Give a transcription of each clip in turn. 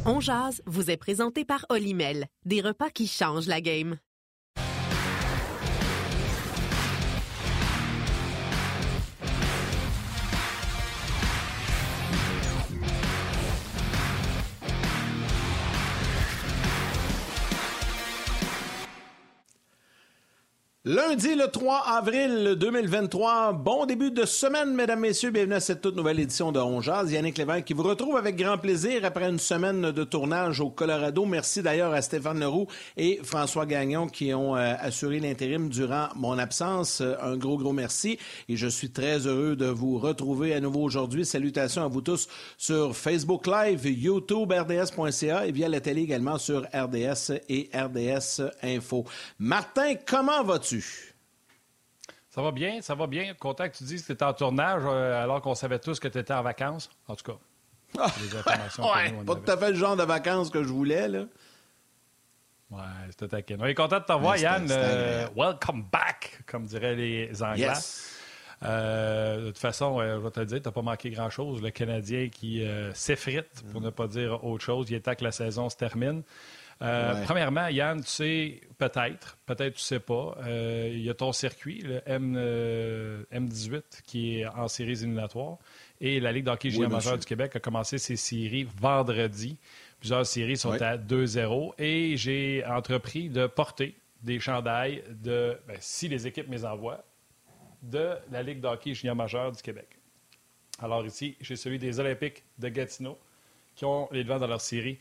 On jase vous est présenté par Olimel, des repas qui changent la game. Lundi, le 3 avril 2023. Bon début de semaine, mesdames, messieurs. Bienvenue à cette toute nouvelle édition de On Jase. Yannick Lévesque qui vous retrouve avec grand plaisir après une semaine de tournage au Colorado. Merci d'ailleurs à Stéphane Leroux et François Gagnon qui ont assuré l'intérim durant mon absence. Un gros merci. Et je suis très heureux de vous retrouver à nouveau aujourd'hui. Salutations à vous tous sur Facebook Live, YouTube, RDS.ca et via la télé également sur RDS et RDS Info. Martin, comment vas-tu? Ça va bien. Content que tu dises que tu étais en tournage alors qu'on savait tous que tu étais en vacances. En tout cas, les informations pas tout à fait le genre de vacances que je voulais, là. Ouais, c'était taquin. On est content de te revoir, Yann. Welcome back, comme diraient les Anglais. Yes. De toute façon, je vais te le dire, tu n'as pas manqué grand-chose. Le Canadien qui s'effrite, pour ne pas dire autre chose. Il est temps que la saison se termine. Premièrement, Yann, tu sais, peut-être tu sais pas, il y a ton circuit, le M18, qui est en séries éliminatoires, et la Ligue d'hockey junior majeure du Québec a commencé ses séries vendredi. Plusieurs séries sont à 2-0, et j'ai entrepris de porter des chandails si les équipes me les envoient, de la Ligue d'hockey junior majeure du Québec. Alors ici, j'ai celui des Olympiques de Gatineau, qui ont les devants dans leur série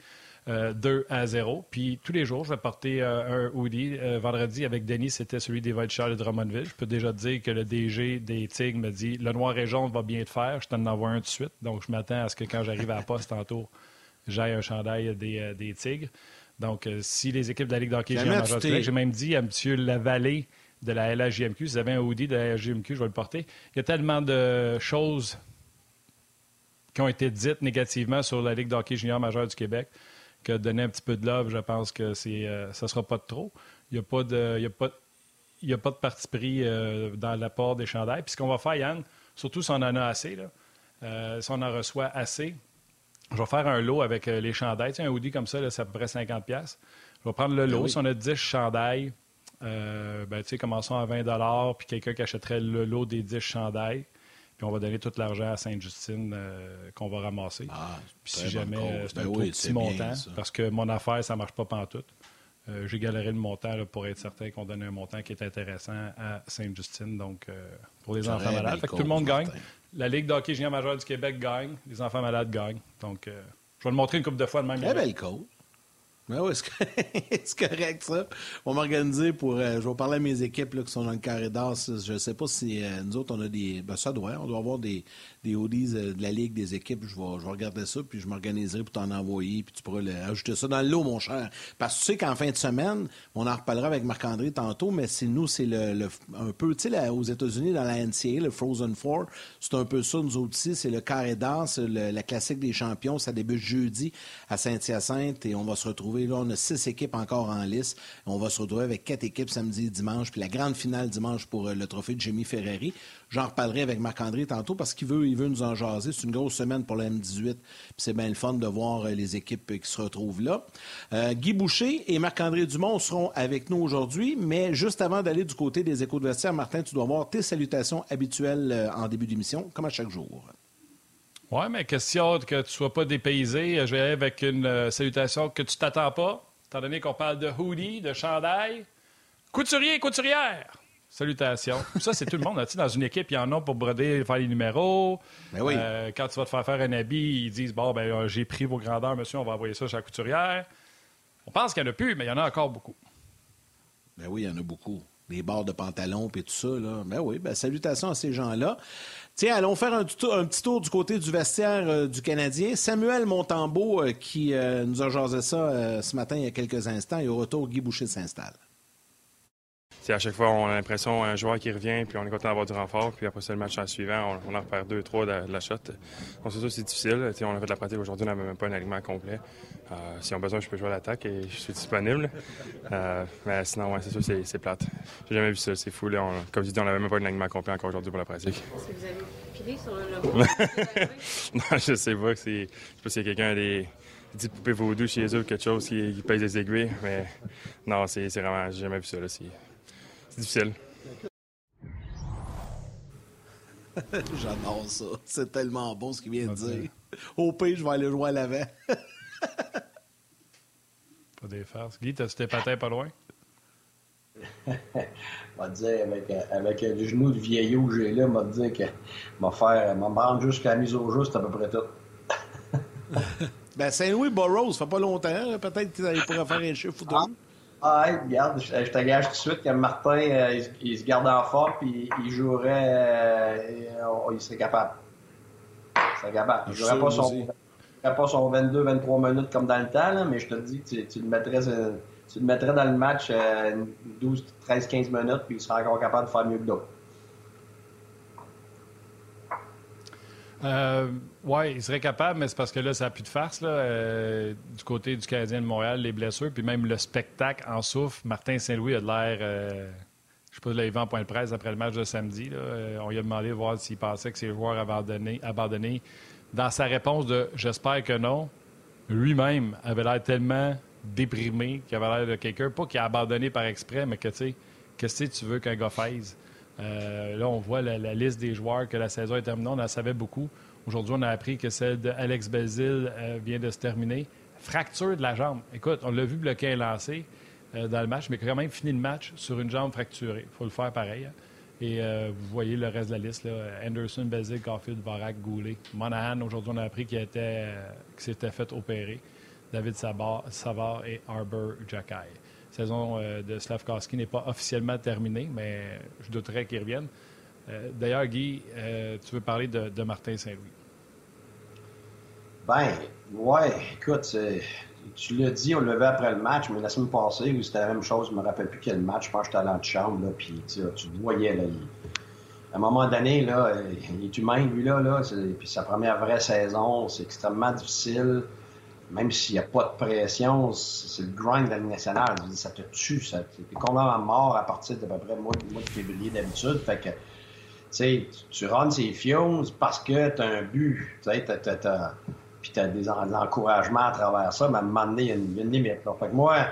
2-0. Puis tous les jours, je vais porter un hoodie. Vendredi, avec Denis, c'était celui des Voltigeurs de Drummondville. Je peux déjà te dire que le DG des Tigres me dit « Le noir et jaune va bien te faire. Je t'en envoie un tout de suite. » Donc, je m'attends à ce que quand j'arrive à la poste tantôt, j'aille un chandail des Tigres. Donc, si les équipes de la Ligue d'hockey junior majeure du Québec, j'ai même dit à M. Lavallée de la LHJMQ, si vous avez un hoodie de la LHJMQ, je vais le porter. Il y a tellement de choses qui ont été dites négativement sur la Ligue d'hockey junior majeure du Québec que donner un petit peu de love, je pense que ça ne sera pas de trop. Il n'y a pas de parti pris dans l'apport des chandails. Puis ce qu'on va faire, Yann, surtout si on en a assez, là, si on en reçoit assez, je vais faire un lot avec les chandails. Tu sais, un hoodie comme ça, là, c'est à peu près 50$. Je vais prendre le lot. Si on a 10 chandails, tu sais, commençons à 20$, puis quelqu'un qui achèterait le lot des 10 chandails. Puis on va donner tout l'argent à Sainte-Justine qu'on va ramasser. Puis si jamais c'est un trop petit montant, parce que mon affaire, ça ne marche pas pantoute, j'ai galéré le montant là, pour être certain qu'on donne un montant qui est intéressant à Sainte-Justine. Donc, pour les enfants malades. Fait que tout le monde gagne. La Ligue d'hockey junior majeure du Québec gagne. Les enfants malades gagnent. Donc, je vais le montrer une couple de fois de même. Très belle cause. Ben oui, c'est correct, ça. On va m'organiser pour... je vais parler à mes équipes là, qui sont dans le carré d'or. Je ne sais pas si nous autres, on a des... Ben ça doit. On doit avoir des hoodies de la Ligue, des équipes. Je vais regarder ça, puis je m'organiserai pour t'en envoyer, puis tu pourras ajouter ça dans le lot, mon cher. Parce que tu sais qu'en fin de semaine, on en reparlera avec Marc-André tantôt, mais c'est un peu... Tu sais, aux États-Unis, dans la NCAA, le Frozen Four, c'est un peu ça, nous autres aussi. C'est le carré d'or, c'est la classique des champions. Ça débute jeudi à Saint-Hyacinthe, et on va se retrouver. Là, on a 6 équipes encore en lice. On va se retrouver avec 4 équipes samedi et dimanche, puis la grande finale dimanche pour le trophée de Jimmy Ferrari. J'en reparlerai avec Marc-André tantôt parce qu'il veut nous en jaser. C'est une grosse semaine pour la M18, puis c'est bien le fun de voir les équipes qui se retrouvent là. Guy Boucher et Marc-André Dumont seront avec nous aujourd'hui, mais juste avant d'aller du côté des échos de vestiaire, Martin, tu dois avoir tes salutations habituelles en début d'émission, comme à chaque jour. Oui, mais question que tu ne sois pas dépaysé, je vais aller avec une salutation que tu t'attends pas, étant donné qu'on parle de hoodie, de chandail. Couturier et couturière! Salutations. Ça, c'est tout le monde. Là, dans une équipe, il y en a pour broder, faire les numéros. Ben oui. Quand tu vas te faire un habit, ils disent « Bon, j'ai pris vos grandeurs, monsieur, on va envoyer ça chez la couturière. » On pense qu'il n'y en a plus, mais il y en a encore beaucoup. Ben oui, il y en a beaucoup. Les barres de pantalon et tout ça, là. Ben oui, salutations à ces gens-là. Tiens, allons faire un petit tour du côté du vestiaire du Canadien. Samuel Montembeault qui nous a jasé ça ce matin il y a quelques instants. Et au retour, Guy Boucher s'installe. À chaque fois, on a l'impression un joueur qui revient, puis on est content d'avoir du renfort. Puis après ça, le match suivant, on en repère 2-3 de la shot. Donc c'est sûr c'est difficile. On a fait de la pratique aujourd'hui, on n'avait même pas un alignement complet. S'ils ont besoin, je peux jouer à l'attaque et je suis disponible. Mais sinon, c'est sûr c'est plate. J'ai jamais vu ça, c'est fou. Là. Comme je dis, on n'avait même pas un alignement complet encore aujourd'hui pour la pratique. Est-ce que vous avez pilé sur le logo? Non, je sais pas. Je sais pas s'il y a quelqu'un petites poupées vaudou chez eux, quelque chose qui pèse des aiguilles. Mais non, c'est vraiment, j'ai jamais vu ça. Là. C'est difficile. J'adore ça. C'est tellement bon ce qu'il vient de dire. Au pire, je vais aller jouer à l'avant. Pas des farces. Guy, t'as-tu tes patins pas loin? On va te dire, avec le genou de vieillot que j'ai là, on va te dire que m'a me rendre jusqu'à la mise au jeu, c'est à peu près tout. Ben, Saint-Louis Burroughs, ça fait pas longtemps. Là. Peut-être qu'il pourrait faire un chiffre ou deux. Regarde, je te gage tout de suite que Martin, il se garde en forme puis il jouerait, il serait capable. Il serait capable. Il jouerait pas son 22-23 minutes comme dans le temps, là, mais je te dis que tu le mettrais dans le match 12, 13, 15 minutes puis il serait encore capable de faire mieux que d'autres. Oui, il serait capable, mais c'est parce que là, ça n'a plus de farce. Là, du côté du Canadien de Montréal, les blessures, puis même le spectacle en souffre. Martin Saint-Louis a de l'air, je ne sais pas, là, il va en point de presse après le match de samedi. Là, on lui a demandé de voir s'il pensait que ses joueurs abandonnés. Dans sa réponse de « j'espère que non », lui-même avait l'air tellement déprimé qu'il avait l'air de quelqu'un, pas qu'il a abandonné par exprès, mais que, tu sais, qu'est-ce que tu veux qu'un gars fasse? Là, on voit la liste des joueurs que la saison est terminée. On en savait beaucoup. Aujourd'hui, on a appris que celle d'Alex Belzile vient de se terminer. Fracture de la jambe. Écoute, on l'a vu bloquer un lancer dans le match, mais quand même fini le match sur une jambe fracturée. Il faut le faire pareil. Hein? Et vous voyez le reste de la liste. Là. Anderson, Belzile, Caulfield, Vorak, Goulet. Monahan, aujourd'hui, on a appris qu'il s'était fait opérer. David Savard et Arbor Jackay. La saison de Slavkovski n'est pas officiellement terminée, mais je douterais qu'il revienne. D'ailleurs, Guy, tu veux parler de Martin Saint-Louis? Ouais, écoute, tu l'as dit, on l'a vu après le match, mais la semaine passée, où c'était la même chose, je me rappelle plus quel match, je pense que j'étais à l'antichambre, là, puis tu le voyais, là, à un moment donné, là, il est humain, lui, là, puis sa première vraie saison, c'est extrêmement difficile. Même s'il n'y a pas de pression, c'est le grind de la Ligue nationale. Ça te tue. T'es complètement mort à partir d'à peu près le mois de février d'habitude. Fait que, tu sais, tu runs ces fumes parce que tu as un but. Tu sais, puis tu as des encouragements à travers ça. Mais à un moment donné, il y a une limite. Là. Fait que moi,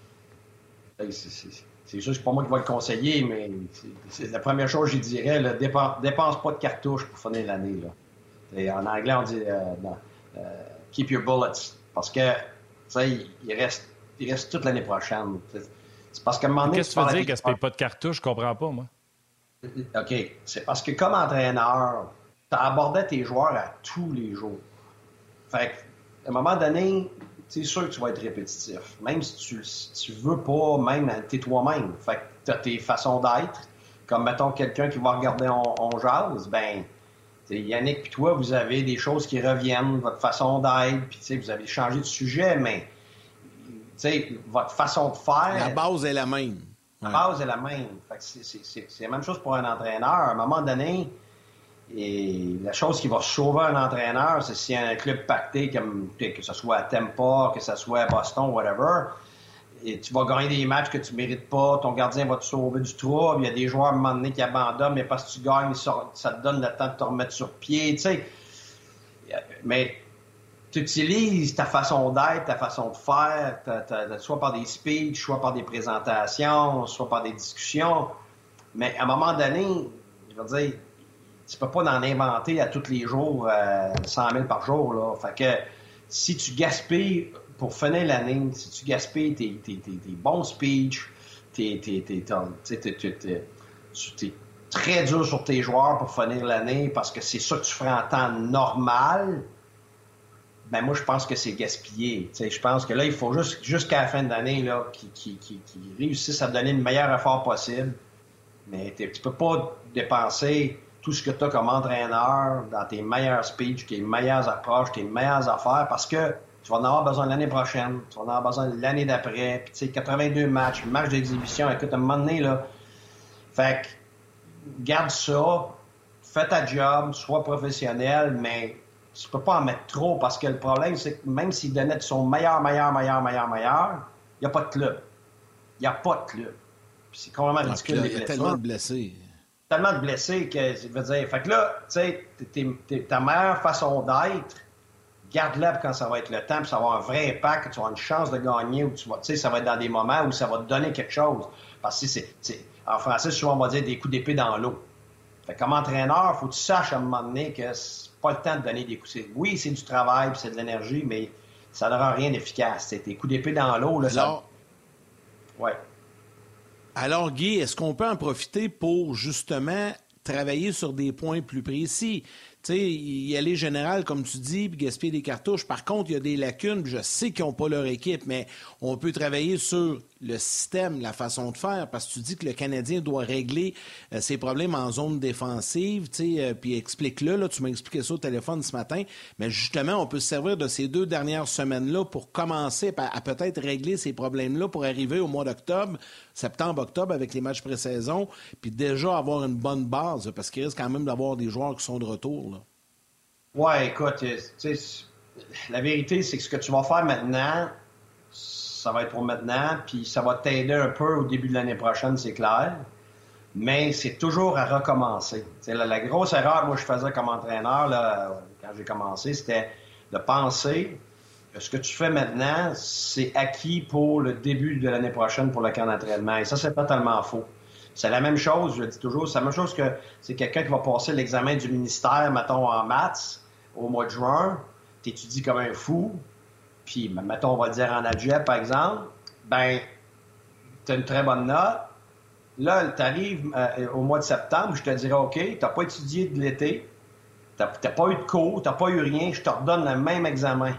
c'est sûr que c'est pas moi qui vais le conseiller, mais c'est la première chose que je dirais, là, dépense pas de cartouches pour finir l'année. Là. En anglais, on dit keep your bullets. Parce que, tu sais, il reste toute l'année prochaine. C'est parce qu'à un moment donné... Qu'est-ce que tu veux dire, gaspille pas de cartouches? Je comprends pas, moi. OK. C'est parce que comme entraîneur, tu abordais tes joueurs à tous les jours. Fait qu'à un moment donné, c'est sûr que tu vas être répétitif. Même si tu veux pas, même t'es toi-même. Fait que tu as tes façons d'être. Comme, mettons, quelqu'un qui va regarder On jase, ben... Yannick et toi, vous avez des choses qui reviennent, votre façon d'être, puis vous avez changé de sujet, mais votre façon de faire... La base est la même. La base est la même. Fait que c'est la même chose pour un entraîneur. À un moment donné, et la chose qui va sauver un entraîneur, c'est si un club pacté, comme que ce soit à Tampa, que ce soit à Boston, whatever... Et tu vas gagner des matchs que tu ne mérites pas, ton gardien va te sauver du trouble, il y a des joueurs à un moment donné qui abandonnent, mais parce que tu gagnes, ça te donne le temps de te remettre sur pied, tu sais. Mais tu utilises ta façon d'être, ta façon de faire, soit par des speeches, soit par des présentations, soit par des discussions. Mais à un moment donné, je veux dire, tu peux pas en inventer à tous les jours 100 000 par jour, là. Fait que si tu gaspilles pour finir l'année, si tu gaspilles tes bons speeches, t'es très dur sur tes joueurs pour finir l'année parce que c'est ça que tu ferais en temps normal, ben moi, je pense que c'est gaspillé. T'sais, je pense que là, il faut jusqu'à la fin de l'année là, qu'ils réussissent à donner le meilleur effort possible. Mais tu peux pas dépenser tout ce que tu as comme entraîneur dans tes meilleurs speeches, tes meilleures approches, tes meilleures affaires parce que tu vas en avoir besoin l'année prochaine, tu vas en avoir besoin l'année d'après. Puis, tu sais, 82 matchs, match d'exhibition. Écoute, à un moment donné, là, fait que, garde ça, fais ta job, sois professionnel, mais tu peux pas en mettre trop parce que le problème, c'est que même s'il donnait de son meilleur, il n'y a pas de club. Il n'y a pas de club. Puis c'est complètement ridicule. Il y a tellement de blessés. Tellement de blessés que, je veux dire, fait que là, tu sais, ta meilleure façon d'être, garde-la quand ça va être le temps, puis ça va avoir un vrai impact, que tu vas avoir une chance de gagner, ou ça va être dans des moments où ça va te donner quelque chose. Parce que en français, souvent, on va dire des coups d'épée dans l'eau. Fait que comme entraîneur, il faut que tu saches à un moment donné que c'est pas le temps de donner des coups. Oui, c'est du travail, puis c'est de l'énergie, mais ça n'aura rien d'efficace. Tes coups d'épée dans l'eau, là, ça... Ouais. Alors, Guy, est-ce qu'on peut en profiter pour, justement, travailler sur des points plus précis? Tu sais, y aller général, comme tu dis, puis gaspiller des cartouches. Par contre, il y a des lacunes, je sais qu'ils n'ont pas leur équipe, mais on peut travailler sur le système, la façon de faire, parce que tu dis que le Canadien doit régler ses problèmes en zone défensive, tu sais, puis explique-le, là, tu m'as expliqué ça au téléphone ce matin, mais justement, on peut se servir de ces 2 dernières semaines-là pour commencer à peut-être régler ces problèmes-là pour arriver au mois d'octobre, septembre-octobre, avec les matchs pré-saison, puis déjà avoir une bonne base, parce qu'il risque quand même d'avoir des joueurs qui sont de retour, là. Ouais, écoute, la vérité, c'est que ce que tu vas faire maintenant, ça va être pour maintenant, puis ça va t'aider un peu au début de l'année prochaine, c'est clair. Mais c'est toujours à recommencer. La grosse erreur que moi je faisais comme entraîneur là, quand j'ai commencé, c'était de penser que ce que tu fais maintenant, c'est acquis pour le début de l'année prochaine pour le camp d'entraînement. Et ça, c'est totalement faux. C'est la même chose, je le dis toujours, c'est la même chose que c'est quelqu'un qui va passer l'examen du ministère, mettons, en maths, au mois de juin, t'étudies comme un fou, puis, mettons, on va le dire en algèbre, par exemple, ben, t'as une très bonne note. Là, t'arrives au mois de septembre, je te dirais, OK, t'as pas étudié de l'été, t'as pas eu de cours, t'as pas eu rien, je te redonne le même examen.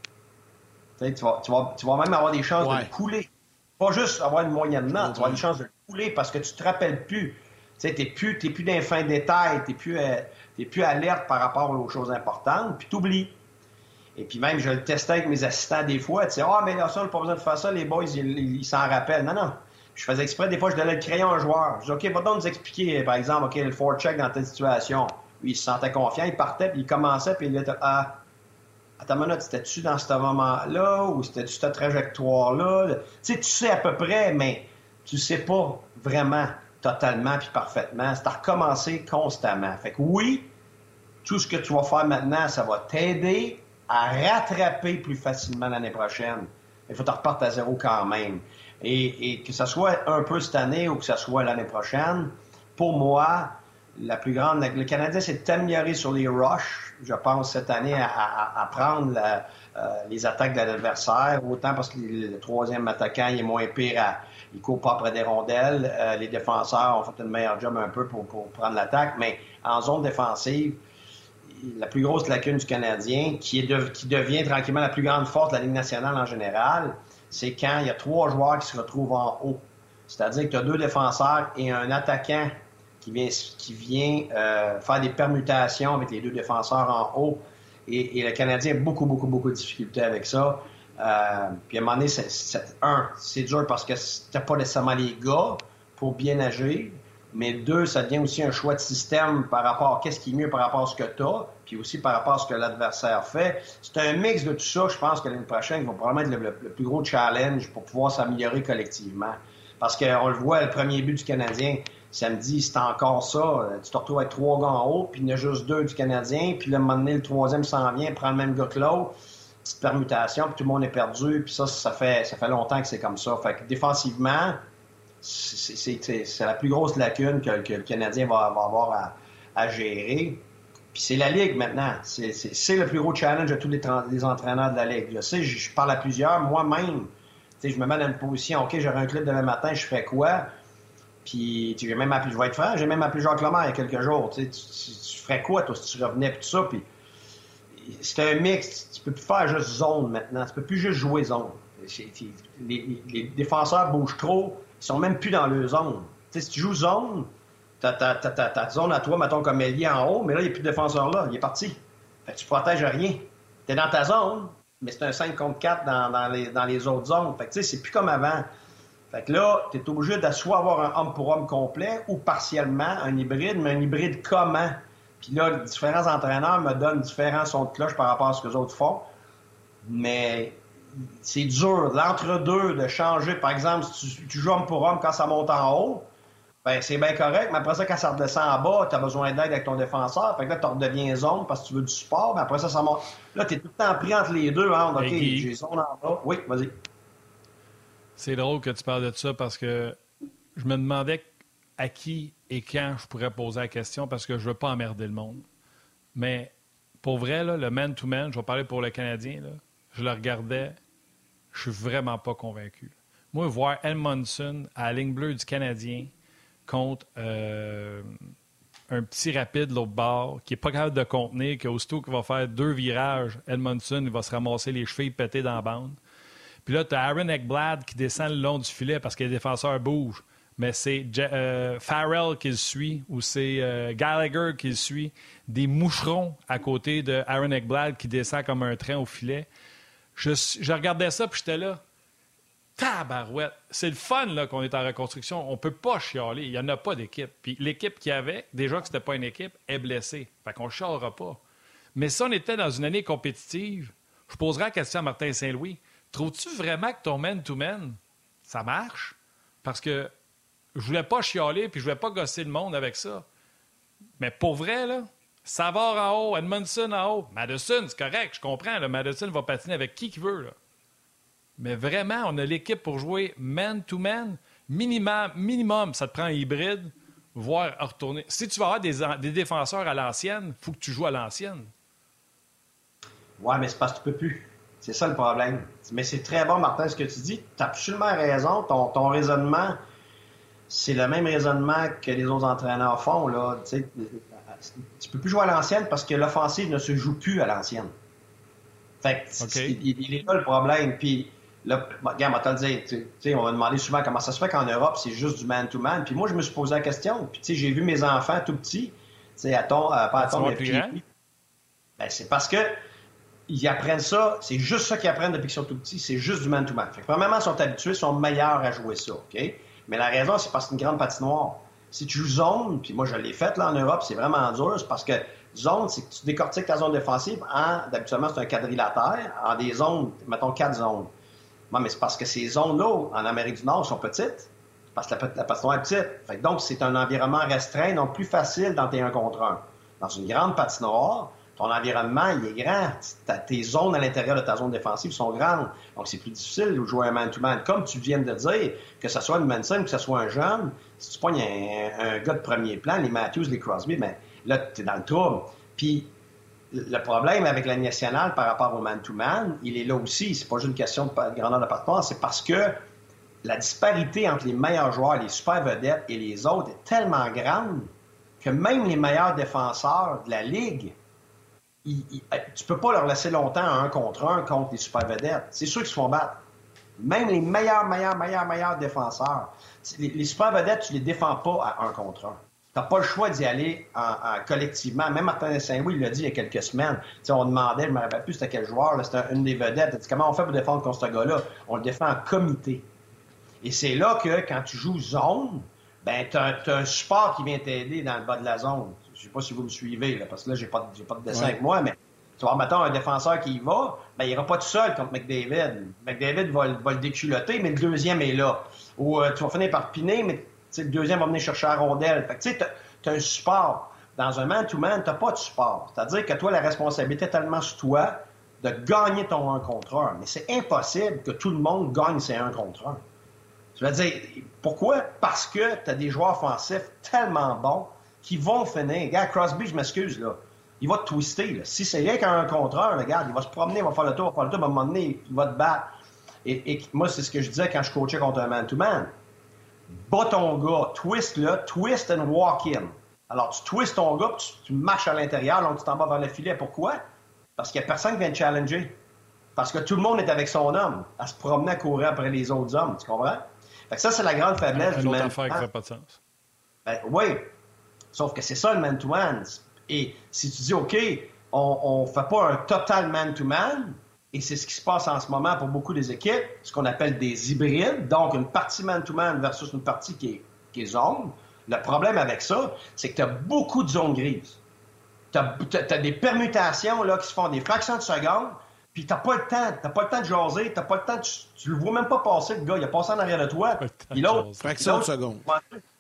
Tu vas même avoir des chances de le couler. Pas juste avoir une moyenne note, tu vas avoir une chance de le couler parce que tu te rappelles plus. Tu sais, t'es plus dans les fins détails, t'es plus alerte par rapport aux choses importantes, puis t'oublies. Et puis même, je le testais avec mes assistants des fois, tu sais, mais là, ça, on n'a pas besoin de faire ça, les boys, ils s'en rappellent. Non. Je faisais exprès, des fois, je donnais le crayon à un joueur. Je disais, OK, va donc nous expliquer, par exemple, OK, le forecheck dans telle situation. Lui, il se sentait confiant, il partait, puis il commençait, puis il était, attends une minute, c'était-tu dans ce moment-là, ou c'était-tu cette trajectoire-là? Tu sais à peu près, mais tu sais pas vraiment totalement puis parfaitement. C'est à recommencer constamment. Fait que oui, tout ce que tu vas faire maintenant, ça va t'aider à rattraper plus facilement l'année prochaine. Il faut que tu repartes à zéro quand même. Et que ce soit un peu cette année ou que ce soit l'année prochaine, pour moi, le Canadien s'est amélioré sur les rushs, je pense, cette année, à prendre les attaques de l'adversaire, autant parce que le troisième attaquant, il est moins pire, il court pas après des rondelles. Les défenseurs ont fait un meilleur job un peu pour prendre l'attaque, mais en zone défensive, la plus grosse lacune du Canadien, qui devient tranquillement la plus grande force de la Ligue nationale en général, c'est quand il y a 3 joueurs qui se retrouvent en haut. C'est-à-dire que tu as 2 défenseurs et un attaquant qui vient faire des permutations avec les 2 défenseurs en haut. Et le Canadien a beaucoup de difficultés avec ça. Puis à un moment donné, c'est dur parce que t'as pas nécessairement les gars pour bien agir. Mais 2, ça devient aussi un choix de système par rapport à qu'est-ce qui est mieux par rapport à ce que tu as, puis aussi par rapport à ce que l'adversaire fait. C'est un mix de tout ça. Je pense que l'année prochaine, il va probablement être le plus gros challenge pour pouvoir s'améliorer collectivement. Parce qu'on le voit, le premier but du Canadien, samedi, c'est encore ça. Tu te retrouves avec 3 gars en haut, puis il y en a juste 2 du Canadien, puis là, à un moment donné, le troisième s'en vient, prend le même gars que l'autre. Petite permutation, puis tout le monde est perdu, puis ça fait longtemps que c'est comme ça. Fait que défensivement, c'est la plus grosse lacune que le Canadien va avoir à gérer. Puis c'est la Ligue maintenant. C'est le plus gros challenge de tous les entraîneurs de la Ligue. Je sais, je parle à plusieurs, moi-même. Je me mets dans une position, OK, j'aurai un club demain matin, je ferais quoi? Puis je vais être franc, j'ai même appelé Jacques Lemaire il y a quelques jours. Tu ferais quoi, toi, si tu revenais, puis tout ça? Puis c'est un mix. Tu peux plus faire juste zone maintenant. Tu peux plus juste jouer zone. Les défenseurs bougent trop. Ils sont même plus dans leur zone. Si tu joues zone, ta zone à toi, mettons comme ailier en haut, mais là, il n'y a plus de défenseur là. Il est parti. Fait que tu protèges rien. Tu es dans ta zone, mais c'est un 5 contre 4 dans les autres zones. Fait que c'est plus comme avant. Fait que là, tu es obligé de soit avoir un homme pour homme complet ou partiellement un hybride, mais un hybride comment? Puis là, différents entraîneurs me donnent différents sons de cloche par rapport à ce que les autres font. Mais c'est dur, l'entre-deux, de changer. Par exemple, si tu joues homme pour homme quand ça monte en haut, Ben, c'est bien correct, mais après ça, quand ça redescend en bas, tu as besoin d'aide avec ton défenseur. Fait que là, tu redeviens zone parce que tu veux du support. Mais après ça, ça monte. Là, tu es tout le temps pris entre les deux. Hein? OK, j'ai zone en bas. Oui, vas-y. C'est drôle que tu parles de ça parce que je me demandais à qui et quand je pourrais poser la question parce que je veux pas emmerder le monde. Mais pour vrai, là, le man-to-man, je vais parler pour le Canadien, là, je le regardais, je suis vraiment pas convaincu. Moi, voir Edmondson à la ligne bleue du Canadien contre un petit rapide de l'autre bord qui n'est pas capable de contenir, qu'aussitôt qu'il va faire 2 virages, Edmondson il va se ramasser les chevilles pétées dans la bande. Puis là, tu as Aaron Ekblad qui descend le long du filet parce que les défenseurs bougent. Mais c'est Farrell qui le suit ou c'est Gallagher qui le suit. Des moucherons à côté de Aaron Ekblad qui descend comme un train au filet. Je regardais ça puis j'étais là. Tabarouette! C'est le fun là, qu'on est en reconstruction. On ne peut pas chialer. Il n'y en a pas d'équipe. Puis l'équipe qu'il y avait, déjà que ce n'était pas une équipe, est blessée. Fait qu'on ne chialera pas. Mais si on était dans une année compétitive, je poserais la question à Martin Saint-Louis. Trouves-tu vraiment que ton man-to-man, ça marche? Parce que je voulais pas chialer puis je voulais pas gosser le monde avec ça. Mais pour vrai, là, Savard en haut, Edmondson en haut, Madison, c'est correct, je comprends. Là, Madison va patiner avec qui qu'il veut. Là. Mais vraiment, on a l'équipe pour jouer man-to-man. Minimum, ça te prend un hybride, voire à retourner. Si tu vas avoir des défenseurs à l'ancienne, il faut que tu joues à l'ancienne. Ouais, mais c'est parce que tu peux plus. C'est ça le problème. Mais c'est très bon, Martin, ce que tu dis. Tu as absolument raison. Ton raisonnement, c'est le même raisonnement que les autres entraîneurs font. Là. Tu peux plus jouer à l'ancienne parce que l'offensive ne se joue plus à l'ancienne. Fait que il est là le problème. Puis, là, regarde, on va te le dire. On m'a demandé souvent comment ça se fait qu'en Europe, c'est juste du man-to-man. Puis moi, je me suis posé la question. Puis, j'ai vu mes enfants tout petits, pas à ton, mais puis, ben, c'est parce que ils apprennent ça, c'est juste ça qu'ils apprennent depuis qu'ils sont tout petits, c'est juste du man-to-man. Fait que, premièrement, ils sont habitués, ils sont meilleurs à jouer ça, OK? Mais la raison, c'est parce que c'est une grande patinoire. Si tu joues zone, puis moi, je l'ai fait là en Europe, c'est vraiment dur, c'est parce que zone, c'est que tu décortiques ta zone défensive d'habituellement, c'est un quadrilatère, en des zones, mettons 4 zones. Ouais, mais c'est parce que ces zones-là, en Amérique du Nord, sont petites, parce que la patinoire est petite. Fait que donc, c'est un environnement restreint, donc plus facile dans tes 1 contre 1. Dans une grande patinoire, ton environnement, il est grand. Tes zones à l'intérieur de ta zone défensive sont grandes. Donc, c'est plus difficile de jouer un man-to-man. Comme tu viens de dire, que ce soit une Manson, que ce soit un jeune, si tu pognes un gars de premier plan, les Matthews, les Crosby, ben, là, tu es dans le trouble. Puis, le problème avec la nationale par rapport au man-to-man, il est là aussi. C'est pas juste une question de grandeur de patinoire, c'est parce que la disparité entre les meilleurs joueurs, les super vedettes et les autres est tellement grande que même les meilleurs défenseurs de la Ligue, tu peux pas leur laisser longtemps un contre les super vedettes. C'est sûr qu'ils se font battre. Même les meilleurs défenseurs. Les super vedettes, tu les défends pas à 1 contre 1. Tu n'as pas le choix d'y aller collectivement. Même Martin Saint-Louis l'a dit il y a quelques semaines. T'sais, on demandait, je ne me rappelle plus c'était quel joueur, c'était une des vedettes. Dit, comment on fait pour défendre contre ce gars-là? On le défend en comité. Et c'est là que quand tu joues zone, ben tu as un support qui vient t'aider dans le bas de la zone. Je ne sais pas si vous me suivez, là, parce que là, j'ai pas de dessin avec moi, mais tu vois, mettons, un défenseur qui y va, ben, il n'ira pas tout seul contre McDavid. McDavid va le déculotter, mais le deuxième est là. Ou tu vas finir par piner, mais le deuxième va venir chercher la rondelle. Fait que tu sais, tu as un support. Dans un man-to-man, tu n'as pas de support. C'est-à-dire que toi, la responsabilité est tellement sur toi de gagner ton 1 contre 1. Mais c'est impossible que tout le monde gagne ses 1 contre 1. Je veux dire, pourquoi? Parce que tu as des joueurs offensifs tellement bons qui vont finir. Regarde, Crosby, je m'excuse, là. Il va te twister, là. Si c'est rien qu'un 1 contre 1, regarde, il va se promener, il va faire le tour, à un moment donné, il va te battre. Et moi, c'est ce que je disais quand je coachais contre un man-to-man. Bats ton gars, twist and walk in. Alors, tu twistes ton gars, puis tu marches à l'intérieur, donc tu t'en vas vers le filet. Pourquoi? Parce qu'il n'y a personne qui vient te challenger. Parce que tout le monde est avec son homme, à se promener, à courir après les autres hommes. Tu comprends? Fait que ça, c'est la grande faiblesse du man-to-man. Une autre affaire qui ne fait pas de sens. Ben, oui. Sauf que c'est ça, le man-to-man. Et si tu dis, OK, on ne fait pas un total man-to-man, et c'est ce qui se passe en ce moment pour beaucoup des équipes, ce qu'on appelle des hybrides, donc une partie man-to-man versus une partie qui est zone. Le problème avec ça, c'est que tu as beaucoup de zones grises. Tu as des permutations là, qui se font des fractions de secondes, puis tu n'as pas le temps de jaser, t'as pas le temps, tu le vois même pas passer, le gars, il a passé en arrière de toi. Fraction de seconde.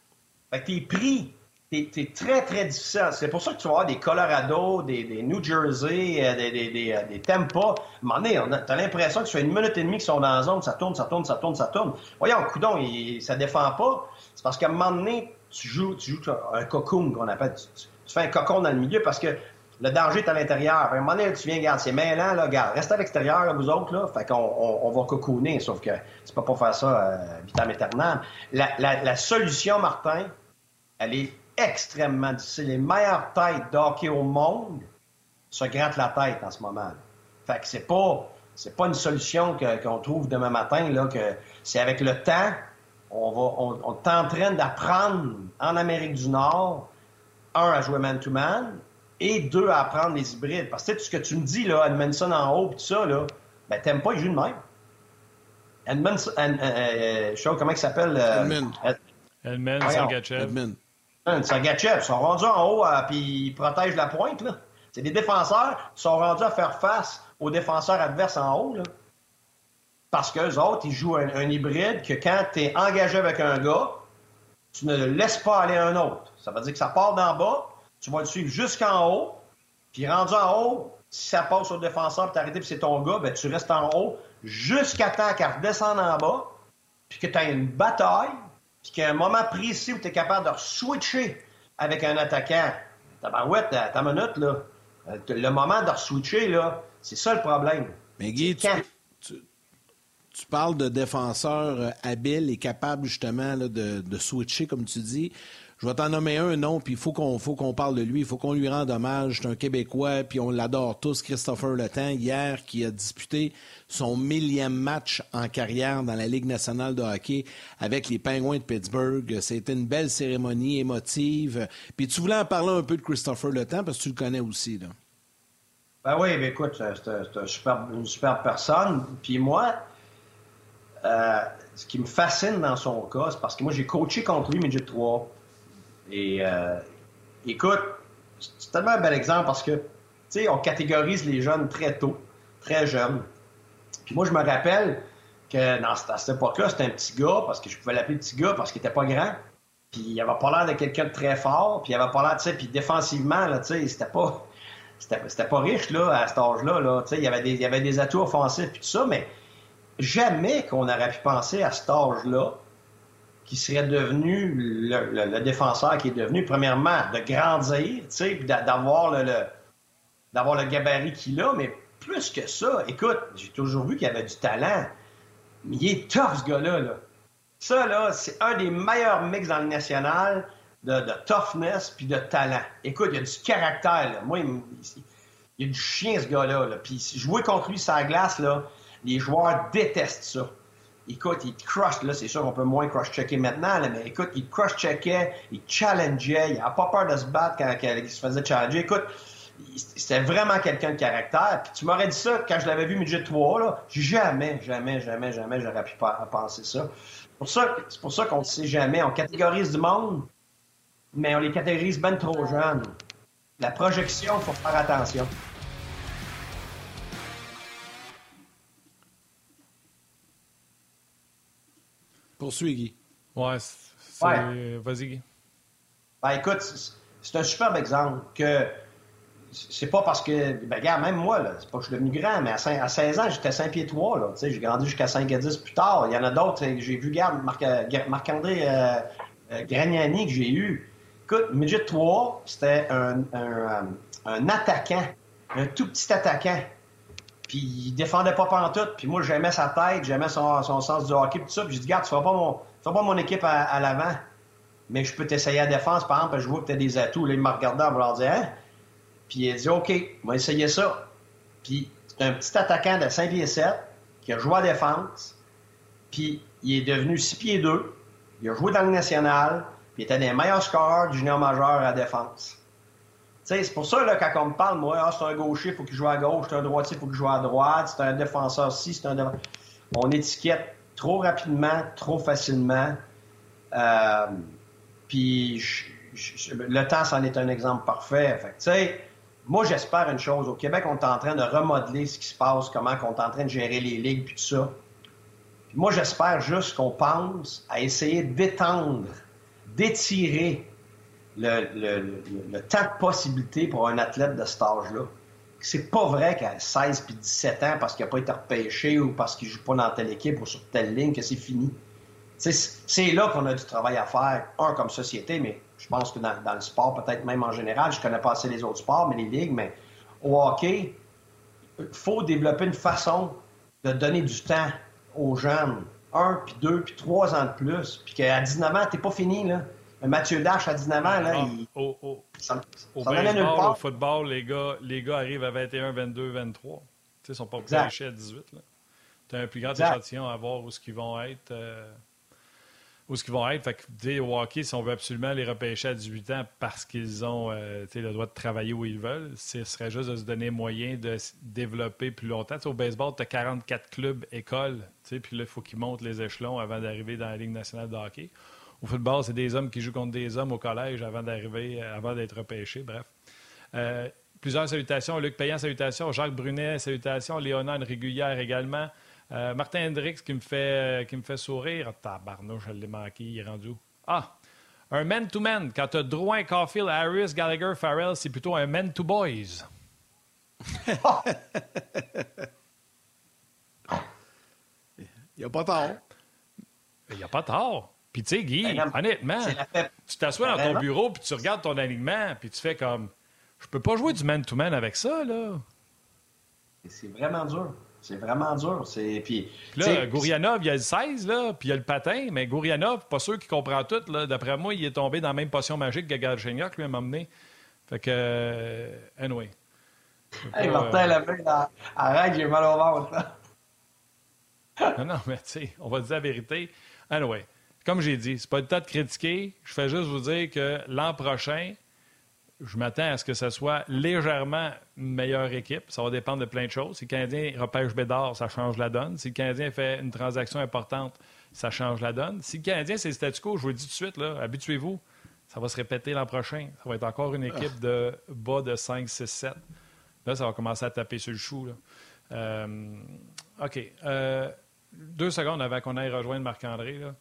Fait que t'es pris. T'es très, très difficile. C'est pour ça que tu vas avoir des Colorado, des New Jersey, des Tampa. À un moment donné, t'as l'impression que ça fait 1 minute et demie qu'ils sont dans la zone, ça tourne. Voyons, coudon, ça défend pas. C'est parce qu'à un moment donné, tu joues un cocoon qu'on appelle. Tu fais un cocon dans le milieu parce que le danger est à l'intérieur. À un moment donné, tu viens, regarde, c'est mêlant, là, regarde, restez à l'extérieur, là, vous autres, là. Fait qu'on va cocooner, sauf que tu peux pas faire ça vitam aeternam. La solution, Martin, elle est extrêmement difficile. Les meilleures têtes d'hockey au monde se grattent la tête en ce moment. Fait que c'est pas une solution qu'on trouve demain matin, là, que c'est avec le temps, on t'entraîne d'apprendre en Amérique du Nord, à jouer man-to-man, et 2, à apprendre les hybrides. Parce que ce que tu me dis, là, Edmondson en haut, pis tout ça, là, ben t'aimes pas, il joue de même. Edmondson, je sais pas comment il s'appelle. Edmond, Sergachev. Sergachev, ils sont rendus en haut, puis ils protègent la pointe, là. C'est des défenseurs qui sont rendus à faire face aux défenseurs adverses en haut, là. Parce qu'eux autres, ils jouent un hybride que quand tu es engagé avec un gars, tu ne le laisses pas aller à un autre. Ça veut dire que ça part d'en bas, tu vas le suivre jusqu'en haut, puis rendu en haut, si ça passe au défenseur puis t'arrêtes puis c'est ton gars, ben tu restes en haut jusqu'à temps qu'elle redescende en bas, puis que tu as une bataille, puis qu'il y a un moment précis où tu es capable de switcher avec un attaquant. Tabarouette, ta minute, là. Le moment de switcher, là, c'est ça le problème. Mais Guy, tu parles de défenseurs habiles et capables, justement, là, de switcher, comme tu dis. Je vais t'en nommer un nom, puis il faut qu'on parle de lui, il faut qu'on lui rende hommage. C'est un Québécois, puis on l'adore tous, Christopher Letang, hier, qui a disputé son 1000e match en carrière dans la Ligue nationale de hockey avec les Penguins de Pittsburgh. C'était une belle cérémonie émotive. Puis tu voulais en parler un peu de Christopher Letang, parce que tu le connais aussi, là. Ben oui, mais écoute, c'est une superbe personne. Puis moi, ce qui me fascine dans son cas, c'est parce que moi, j'ai coaché contre lui, Midget 3. Et écoute, c'est tellement un bel exemple parce que, tu sais, on catégorise les jeunes très tôt, très jeunes. Puis moi, je me rappelle que à cette époque-là, c'était un petit gars, parce que je pouvais l'appeler petit gars parce qu'il était pas grand. Puis il avait pas l'air de quelqu'un de très fort, puis il avait pas l'air, tu sais, puis défensivement, là, tu sais, c'était pas riche, là, à cet âge-là, là. Tu sais, il y avait des atouts offensifs puis tout ça, mais jamais qu'on aurait pu penser à cet âge-là qui serait devenu le défenseur qui est devenu, premièrement, de grandir, tu sais, puis d'avoir le gabarit qu'il a, mais plus que ça, écoute, j'ai toujours vu qu'il avait du talent, mais il est tough, ce gars-là, là. Ça, là, c'est un des meilleurs mix dans le national de toughness puis de talent. Écoute, il y a du caractère, là. Moi, il y a du chien, ce gars-là, là. Puis jouer contre lui sur la glace, là, les joueurs détestent ça. Écoute, il te crush, là, c'est sûr qu'on peut moins crush-checker maintenant, là, mais écoute, il te crush-checkait, il challengeait, il n'avait pas peur de se battre quand il se faisait challenger. Écoute, c'était vraiment quelqu'un de caractère. Puis tu m'aurais dit ça quand je l'avais vu Midget 3, là, jamais j'aurais pu penser ça. C'est pour ça qu'on ne sait jamais. On catégorise du monde, mais on les catégorise bien trop jeunes. La projection, il faut faire attention. Poursuis, Guy. Ouais. Vas-y, Guy. Ben, écoute, c'est un superbe exemple que c'est pas parce que... Ben, regarde, même moi, là, c'est pas que je suis devenu grand, mais à 16 ans, j'étais 5 pieds 3, là. Tu sais, j'ai grandi jusqu'à 5 à 10 plus tard. Il y en a d'autres. J'ai vu, regarde, Marc-André Gragnani que j'ai eu. Écoute, Midget 3, c'était un attaquant, un tout petit attaquant. Puis il défendait pas pantoute. Puis moi, j'aimais sa tête, j'aimais son sens du hockey, tout ça. Puis j'ai dit, regarde, tu feras pas mon équipe à l'avant, mais je peux t'essayer à la défense, par exemple, je vois que tu as des atouts. Là, il m'a regardé en voulant dire, hein? Puis il a dit, OK, on va essayer ça. Puis c'est un petit attaquant de 5 pieds 7 qui a joué à défense. Puis il est devenu 6 pieds 2. Il a joué dans le national. Puis il était des meilleurs scoreurs du junior majeur à défense. Tu sais, c'est pour ça, là, quand on me parle, moi, c'est un gaucher, il faut qu'il joue à gauche, c'est un droitier, il faut qu'il joue à droite, c'est un défenseur ci, c'est un défenseur... On étiquette trop rapidement, trop facilement. Puis le temps, c'en est un exemple parfait. Fait que, tu sais, moi, j'espère une chose. Au Québec, on est en train de remodeler ce qui se passe, comment on est en train de gérer les ligues, puis tout ça. Puis moi, j'espère juste qu'on pense à essayer d'étendre d'étirer le temps de possibilité pour un athlète de cet âge-là. C'est pas vrai qu'à 16 puis 17 ans, parce qu'il n'a pas été repêché ou parce qu'il ne joue pas dans telle équipe ou sur telle ligne, que c'est fini. C'est là qu'on a du travail à faire, comme société, mais je pense que dans le sport, peut-être même en général, je connais pas assez les autres sports, mais les ligues, mais au hockey, il faut développer une façon de donner du temps aux jeunes. 1, puis 2, puis 3 ans de plus. Puis qu'à 19 ans, t'es pas fini, là. Mathieu Dash, à 19 ans, là, au baseball, au football, les gars arrivent à 21, 22, 23. Ils ne sont pas pêchés à 18. Tu as un plus grand échantillon à voir où ce qu'ils vont être. Fait que, au hockey, si on veut absolument les repêcher à 18 ans parce qu'ils ont le droit de travailler où ils veulent, ce serait juste de se donner moyen de se développer plus longtemps. Au baseball, tu as 44 clubs, écoles, puis là, il faut qu'ils montent les échelons avant d'arriver dans la Ligue nationale de hockey. Au football, c'est des hommes qui jouent contre des hommes au collège avant d'être repêchés. Bref. Plusieurs salutations. Luc Payan, salutations. Jacques Brunet, salutations. Léonard, une régulière également. Martin Hendrix qui me fait sourire. Oh, tabarnouche, je l'ai manqué. Il est rendu où? Ah! Un man-to-man. Quand tu as Drouin, Caulfield, Harris, Gallagher, Farrell, c'est plutôt un man-to-boys. Il n'y a pas tort. Il n'y a pas tort. Puis, tu sais, Guy, honnêtement, tu t'assois dans ton bureau puis tu regardes ton alignement puis tu fais comme je peux pas jouer du man-to-man avec ça, là. C'est vraiment dur. C'est vraiment dur. Puis là, Gourianov, il y a le 16, là, puis il y a le patin, mais Gourianov, pas sûr qu'il comprend tout. Là. D'après moi, il est tombé dans la même potion magique que Galchenyuk, lui, m'a emmené. Fait que, anyway. Hey, Martin, la main, arrête, j'ai mal au ventre. Non, mais tu sais, on va dire la vérité. Anyway. Comme j'ai dit, c'est pas le temps de critiquer. Je fais juste vous dire que l'an prochain, je m'attends à ce que ce soit légèrement une meilleure équipe. Ça va dépendre de plein de choses. Si le Canadien repêche Bédard, ça change la donne. Si le Canadien fait une transaction importante, ça change la donne. Si le Canadien, c'est le statu quo, je vous le dis tout de suite, là, habituez-vous. Ça va se répéter l'an prochain. Ça va être encore une équipe de bas de 5, 6, 7. Là, ça va commencer à taper sur le chou. Là. OK. 2 secondes avant qu'on aille rejoindre Marc-André, là.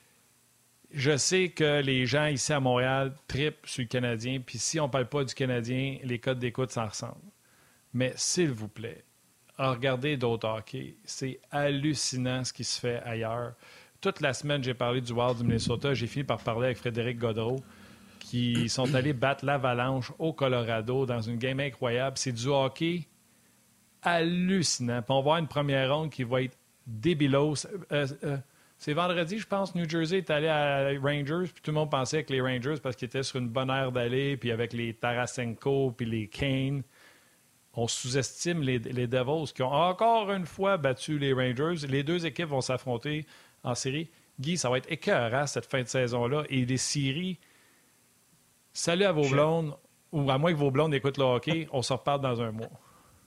Je sais que les gens ici à Montréal trippent sur le Canadien, puis si on ne parle pas du Canadien, les codes d'écoute s'en ressemblent. Mais s'il vous plaît, regardez d'autres hockey. C'est hallucinant ce qui se fait ailleurs. Toute la semaine, j'ai parlé du Wild du Minnesota. J'ai fini par parler avec Frédéric Gaudreau, qui sont allés battre l'Avalanche au Colorado dans une game incroyable. C'est du hockey hallucinant. Puis on va avoir une première ronde qui va être débilos. C'est vendredi, je pense, New Jersey est allé à Rangers, puis tout le monde pensait que les Rangers, parce qu'ils étaient sur une bonne aire d'aller, puis avec les Tarasenko, puis les Kane, on sous-estime les Devils qui ont encore une fois battu les Rangers. Les deux équipes vont s'affronter en série. Guy, ça va être écœurant cette fin de saison-là. Et les séries, salut à vos blondes, ou à moins que vos blondes écoutent le hockey, on se reparle dans un mois.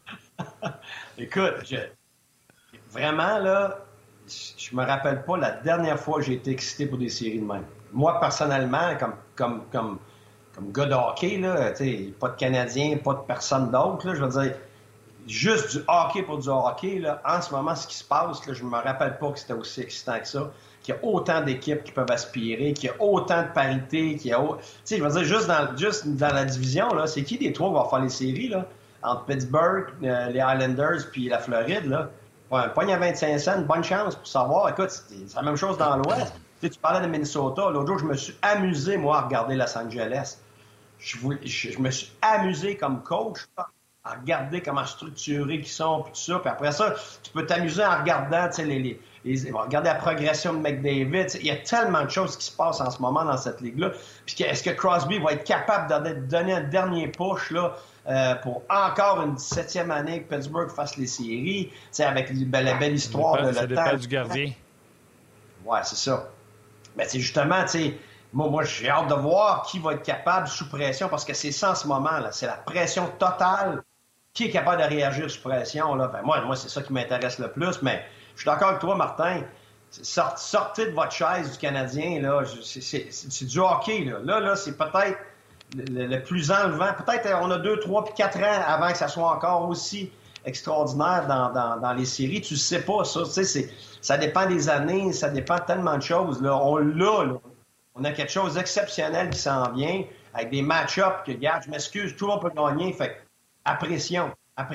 Écoute, vraiment, là, je me rappelle pas la dernière fois que j'ai été excité pour des séries de même. Moi, personnellement, comme gars de hockey, là, pas de Canadien, pas de personne d'autre, là, je veux dire, juste du hockey pour du hockey, là, en ce moment, ce qui se passe, là, je me rappelle pas que c'était aussi excitant que ça, qu'il y a autant d'équipes qui peuvent aspirer, qu'il y a autant de parité, qu'il y a... je veux dire, juste dans la division, là, c'est qui des trois qui va faire les séries, là? Entre Pittsburgh, les Islanders puis la Floride, là? Ouais, un pogne à 25 cents, bonne chance pour savoir. Écoute, c'est la même chose dans l'Ouest. Tu parlais de Minnesota. L'autre jour, je me suis amusé, moi, à regarder Los Angeles. Je me suis amusé comme coach à regarder comment structurés ils sont, puis tout ça. Puis après ça, tu peux t'amuser en regardant, tu sais, regarder la progression de McDavid. Il y a tellement de choses qui se passent en ce moment dans cette ligue-là. Puis est-ce que Crosby va être capable de donner un dernier push, là, pour encore une 17e année que Pittsburgh fasse les séries, avec la belle histoire de le temps. Ça dépend du gardien. Ouais, c'est ça. Mais c'est justement, moi, j'ai hâte de voir qui va être capable sous pression, parce que c'est ça en ce moment, là. C'est la pression totale. Qui est capable de réagir sous pression, là? Ben, moi, c'est ça qui m'intéresse le plus, mais je suis d'accord avec toi, Martin. Sortez de votre chaise du Canadien, là. C'est du hockey, là. Là, c'est peut-être le plus enlevant. Peut-être on a 2, 3 puis 4 ans avant que ça soit encore aussi extraordinaire dans les séries. Tu sais pas ça. Ça dépend des années, ça dépend de tellement de choses. Là. On l'a, là. On a quelque chose d'exceptionnel qui s'en vient, avec des match-ups que, regarde, je m'excuse, tout le monde peut gagner. Fait apprécions.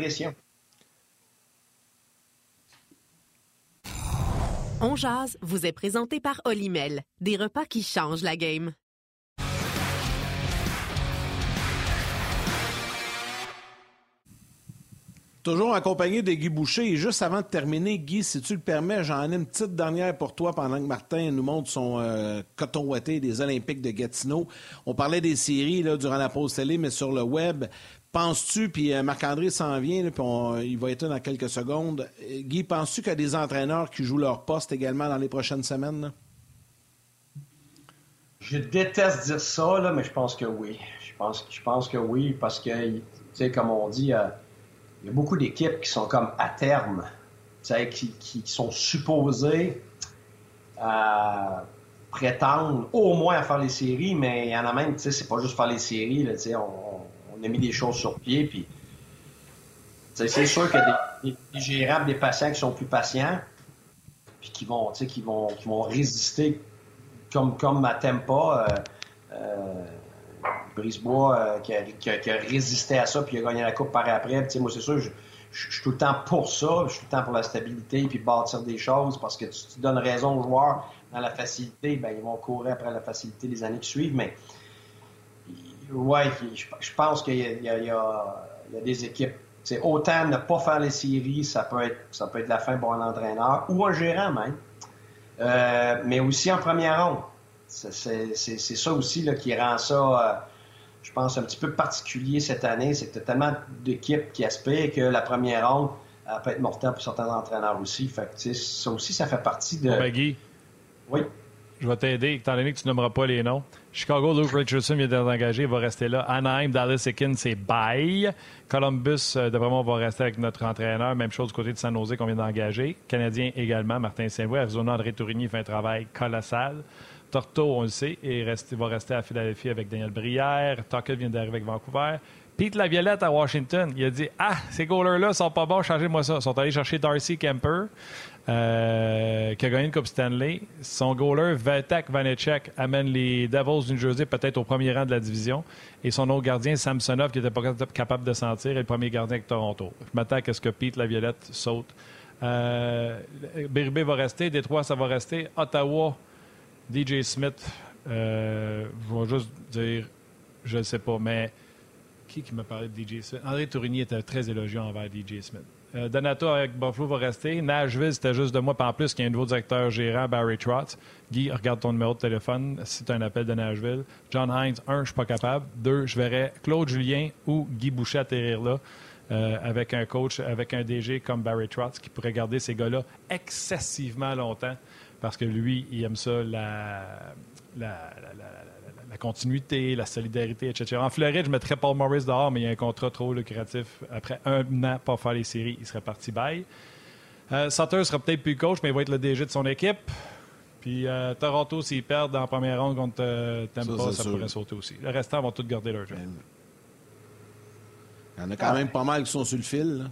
On jase vous est présenté par Olimel, des repas qui changent la game. Toujours accompagné de Guy Boucher. Et juste avant de terminer, Guy, si tu le permets, j'en ai une petite dernière pour toi pendant que Martin nous montre son coton ouaté des Olympiques de Gatineau. On parlait des séries là, durant la pause télé, mais sur le web. Penses-tu, puis Marc-André s'en vient, puis il va être là dans quelques secondes. Guy, penses-tu qu'il y a des entraîneurs qui jouent leur poste également dans les prochaines semaines? Là? Je déteste dire ça, là, mais je pense que oui. Je pense que oui, parce que, tu sais, comme on dit, il y a beaucoup d'équipes qui sont comme à terme, qui sont supposées prétendre au moins à faire les séries, mais il y en a même, c'est pas juste faire les séries, là, on a mis des choses sur pied, puis c'est sûr qu'il y a des gérants, des patients qui sont plus patients, puis qui vont résister comme à Tampa. Brisebois qui a résisté à ça puis il a gagné la coupe par après. Moi, c'est sûr, je suis tout le temps pour ça. Je suis tout le temps pour la stabilité puis bâtir des choses parce que tu donnes raison aux joueurs dans la facilité, ben ils vont courir après la facilité les années qui suivent. Mais ouais, je pense qu'il y a des équipes. Autant ne pas faire les séries, ça peut être la fin pour un entraîneur ou un gérant même. Mais aussi en première ronde. C'est ça aussi là, qui rend ça, je pense, un petit peu particulier cette année. C'est que tu as tellement d'équipes qui aspirent que la première ronde peut être mortelle pour certains entraîneurs aussi. Fait que, ça aussi, ça fait partie de... Ben, Guy, oui. Je vais t'aider, étant donné que tu nommeras pas les noms. Chicago, Luke Richardson vient d'être engagé, il va rester là. Anaheim, Dallas Eakins, c'est bye. Columbus, vraiment, va rester avec notre entraîneur. Même chose du côté de San Jose qu'on vient d'engager. Canadien également, Martin Saint-Louis. Arizona, André Tourigny fait un travail colossal. Torto, on le sait, va rester à Philadelphie avec Daniel Brière. Tuckett vient d'arriver avec Vancouver. Pete Laviolette à Washington, il a dit « Ah, ces goalers-là sont pas bons, changez-moi ça. » Ils sont allés chercher Darcy Kemper, qui a gagné une Coupe Stanley. Son goaler, Vitek Vanecek, amène les Devils du New Jersey peut-être au premier rang de la division. Et son autre gardien, Samsonov, qui n'était pas capable de sentir, est le premier gardien avec Toronto. Je m'attends à ce que Pete Laviolette saute. Berube va rester. Détroit, ça va rester. Ottawa, DJ Smith, je vais juste dire, je ne sais pas, mais qui m'a parlé de DJ Smith? André Tourigny était très élogieux envers DJ Smith. Donato avec Buffalo va rester. Nashville, c'était juste de moi. Puis en plus, il y a un nouveau directeur gérant, Barry Trotz. Guy, regarde ton numéro de téléphone si tu as un appel de Nashville. John Hines, 1, je ne suis pas capable. 2, je verrais Claude Julien ou Guy Boucher atterrir là avec un coach, avec un DG comme Barry Trotz qui pourrait garder ces gars-là excessivement longtemps. Parce que lui, il aime ça, la continuité, la solidarité, etc. En Floride, je mettrais Paul Maurice dehors, mais il y a un contrat trop lucratif. Après un an pour faire les séries, il serait parti bye. Sutter sera peut-être plus coach, mais il va être le DG de son équipe. Puis Toronto, s'ils perdent en première ronde contre Tampa, ça pourrait sauter aussi. Le restant vont tous garder leur job. Il y en a quand même pas mal qui sont sur le fil.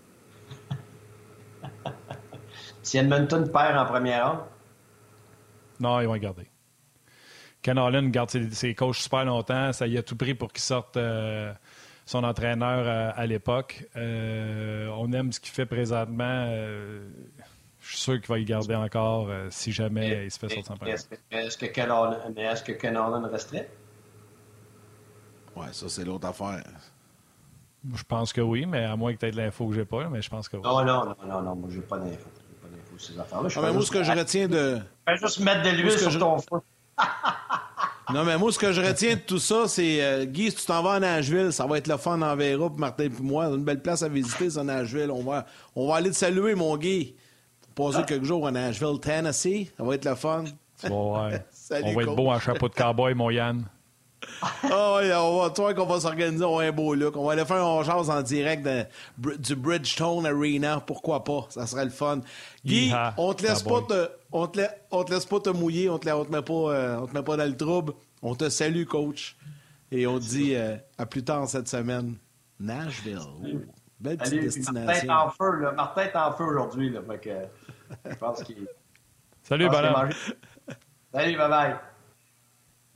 Là. Si Edmonton perd en première ronde? Non, ils vont le garder. Ken Holland garde ses coachs super longtemps. Ça y a tout pris pour qu'il sorte son entraîneur à l'époque. On aime ce qu'il fait présentement. Je suis sûr qu'il va y garder encore si jamais il se fait sortir en première. Est-ce que Ken Holland resterait? Oui, ça, c'est l'autre affaire. Je pense que oui, mais à moins que tu aies de l'info que j'ai pas, mais je pense que oui. Non, moi, j'ai pas d'info. Ces affaires-là. Moi, ce que je retiens de... Je vais juste mettre de l'huile sur ton feu. Non, mais moi, ce que je retiens de tout ça, c'est... Guy, si tu t'en vas à Nashville, ça va être le fun en Vera pour Martin et moi. Une belle place à visiter, ça, Nashville. On va aller te saluer, mon Guy. Passer quelques jours à Nashville, Tennessee. Ça va être le fun. Ouais. Salut, on va être beau en chapeau de cowboy, mon Yann. Ah oui, toi qu'on va s'organiser, on a un beau look. On va aller faire un chance en direct du Bridgestone Arena. Pourquoi pas? Ça serait le fun. Guy, on te laisse pas te mouiller, on te met pas dans le trouble. On te salue, coach. Et on te dit à plus tard cette semaine. Nashville. Belle petite destination. Martin est en feu aujourd'hui. Là, fait que, je pense qu'il... Salut, bonhomme. Salut, bye-bye.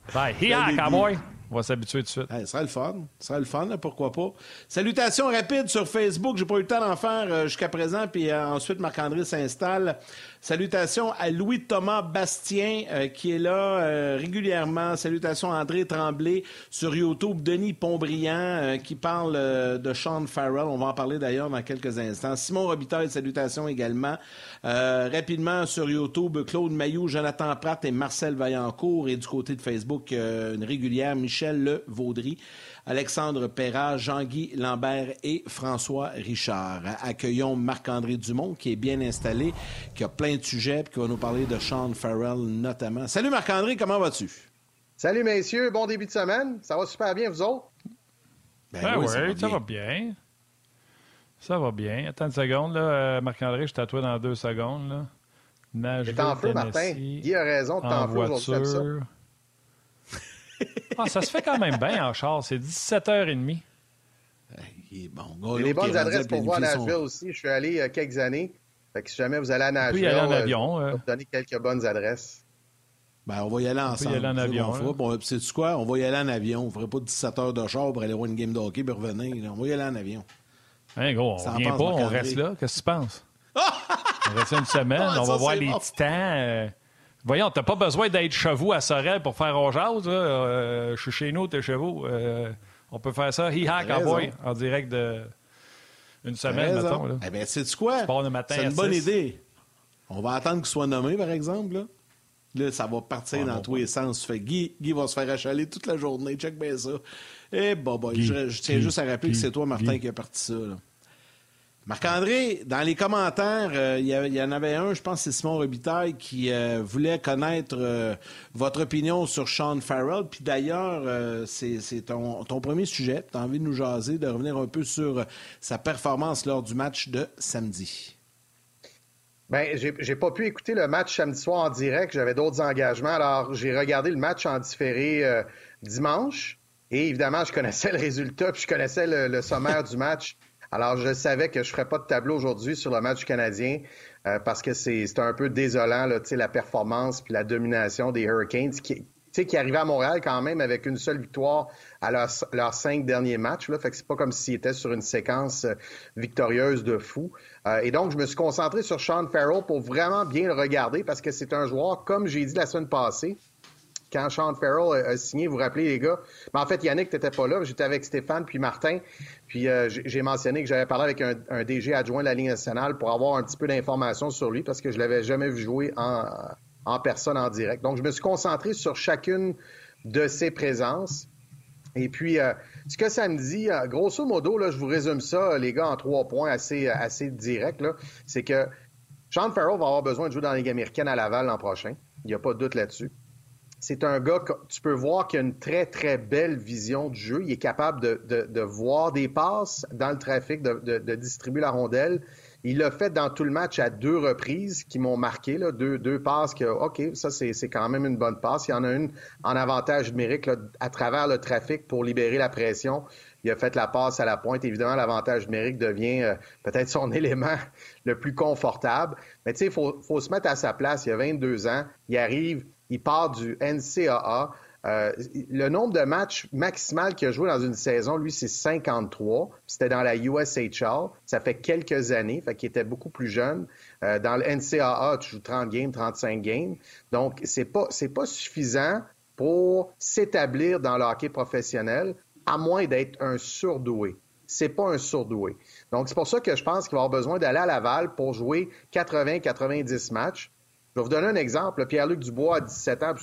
Bye. Hi-ha, cowboy! On va s'habituer tout de suite. Hey, ça sera le fun, là, pourquoi pas. Salutations rapides sur Facebook. J'ai pas eu le temps d'en faire jusqu'à présent, puis ensuite Marc-André s'installe. Salutations à Louis-Thomas Bastien qui est là régulièrement. Salutations à André Tremblay sur YouTube. Denis Pontbriand qui parle de Sean Farrell. On va en parler d'ailleurs dans quelques instants. Simon Robitaille, salutations également. Rapidement sur YouTube, Claude Mailloux, Jonathan Pratt et Marcel Vaillancourt. Et du côté de Facebook, une régulière, Michel Le Vaudry, Alexandre Perrat, Jean-Guy Lambert et François Richard. Accueillons Marc-André Dumont, qui est bien installé, qui a plein de sujets, puis qui va nous parler de Sean Farrell notamment. Salut Marc-André, comment vas-tu? Salut messieurs, bon début de semaine. Ça va super bien, vous autres? Ben oui, ça va bien. Ça va bien. Attends une seconde, là. Marc-André, je t'attends dans 2 secondes. Là. Nashville, t'es en feu, Martin. Guy a raison, t'es en feu aujourd'hui, ça. Ça se fait quand même bien en char. C'est 17h30. J'ai des bonnes adresses pour voir Nashville aussi. Je suis allé quelques années. Fait que si jamais vous allez à Nashville, y aller en avion, je vais vous donner quelques bonnes adresses. Ben, on va y aller ensemble. On va y aller en avion. Bon, sais-tu quoi? On va y aller en avion. On ne ferait pas 17 heures de char pour aller voir une game de hockey et revenir. On va y aller en avion. Hein, gros, on vient pas, on reste là. Qu'est-ce que tu penses? On reste une semaine, on va voir les Titans. Voyons, t'as pas besoin d'être chez vous à Sorel pour faire au jazz. Je suis chez nous, t'es chez vous. On peut faire ça, hi-ha, cowboy, en direct de une semaine, mettons. Là. Eh bien, sais-tu quoi? C'est une bonne idée. On va attendre qu'il soit nommé, par exemple. Là, ça va partir dans tous les sens. Fait Guy va se faire achaler toute la journée. Check bien ça. Eh, je tiens juste à rappeler que c'est toi, Martin, qui a parti ça. Là. Marc-André, dans les commentaires, il y en avait un, je pense que c'est Simon Robitaille, qui voulait connaître votre opinion sur Sean Farrell. Puis d'ailleurs, c'est ton premier sujet. Tu as envie de nous jaser, de revenir un peu sur sa performance lors du match de samedi. Bien, j'ai pas pu écouter le match samedi soir en direct. J'avais d'autres engagements. Alors, j'ai regardé le match en différé dimanche. Et évidemment, je connaissais le résultat, puis je connaissais le sommaire du match. Alors, je savais que je ne ferais pas de tableau aujourd'hui sur le match du Canadien parce que c'est un peu désolant, là, la performance puis la domination des Hurricanes qui arrivaient à Montréal quand même avec une seule victoire à leurs 5 derniers matchs. Là, fait que c'est pas comme s'ils étaient sur une séquence victorieuse de fou. Et donc, je me suis concentré sur Sean Farrell pour vraiment bien le regarder parce que c'est un joueur, comme j'ai dit la semaine passée, quand Sean Farrell a signé, vous vous rappelez, les gars? Mais en fait, Yannick, t'étais pas là. J'étais avec Stéphane puis Martin. Puis j'ai mentionné que j'avais parlé avec un DG adjoint de la Ligue nationale pour avoir un petit peu d'informations sur lui parce que je l'avais jamais vu jouer en personne, en direct. Donc, je me suis concentré sur chacune de ses présences. Et puis, ce que ça me dit, grosso modo, là, je vous résume ça, les gars, en 3 points assez directs, là, c'est que Sean Farrell va avoir besoin de jouer dans la Ligue américaine à Laval l'an prochain. Il n'y a pas de doute là-dessus. C'est un gars que tu peux voir qui a une très, très belle vision du jeu. Il est capable de voir des passes dans le trafic, de distribuer la rondelle. Il l'a fait dans tout le match à 2 reprises qui m'ont marqué, là, deux passes que, OK, ça, c'est quand même une bonne passe. Il y en a une en avantage numérique là, à travers le trafic pour libérer la pression. Il a fait la passe à la pointe. Évidemment, l'avantage numérique devient peut-être son élément le plus confortable. Mais tu sais, il faut se mettre à sa place. Il a 22 ans. Il arrive, il part du NCAA. Le nombre de matchs maximal qu'il a joué dans une saison, lui, c'est 53. C'était dans la USHL. Ça fait quelques années, fait qu'il était beaucoup plus jeune. Dans le NCAA, tu joues 30 games, 35 games. Donc, c'est pas suffisant pour s'établir dans le hockey professionnel, à moins d'être un surdoué. C'est pas un surdoué. Donc, c'est pour ça que je pense qu'il va avoir besoin d'aller à Laval pour jouer 80-90 matchs. Je vais vous donner un exemple. Pierre-Luc Dubois, à 17 ans,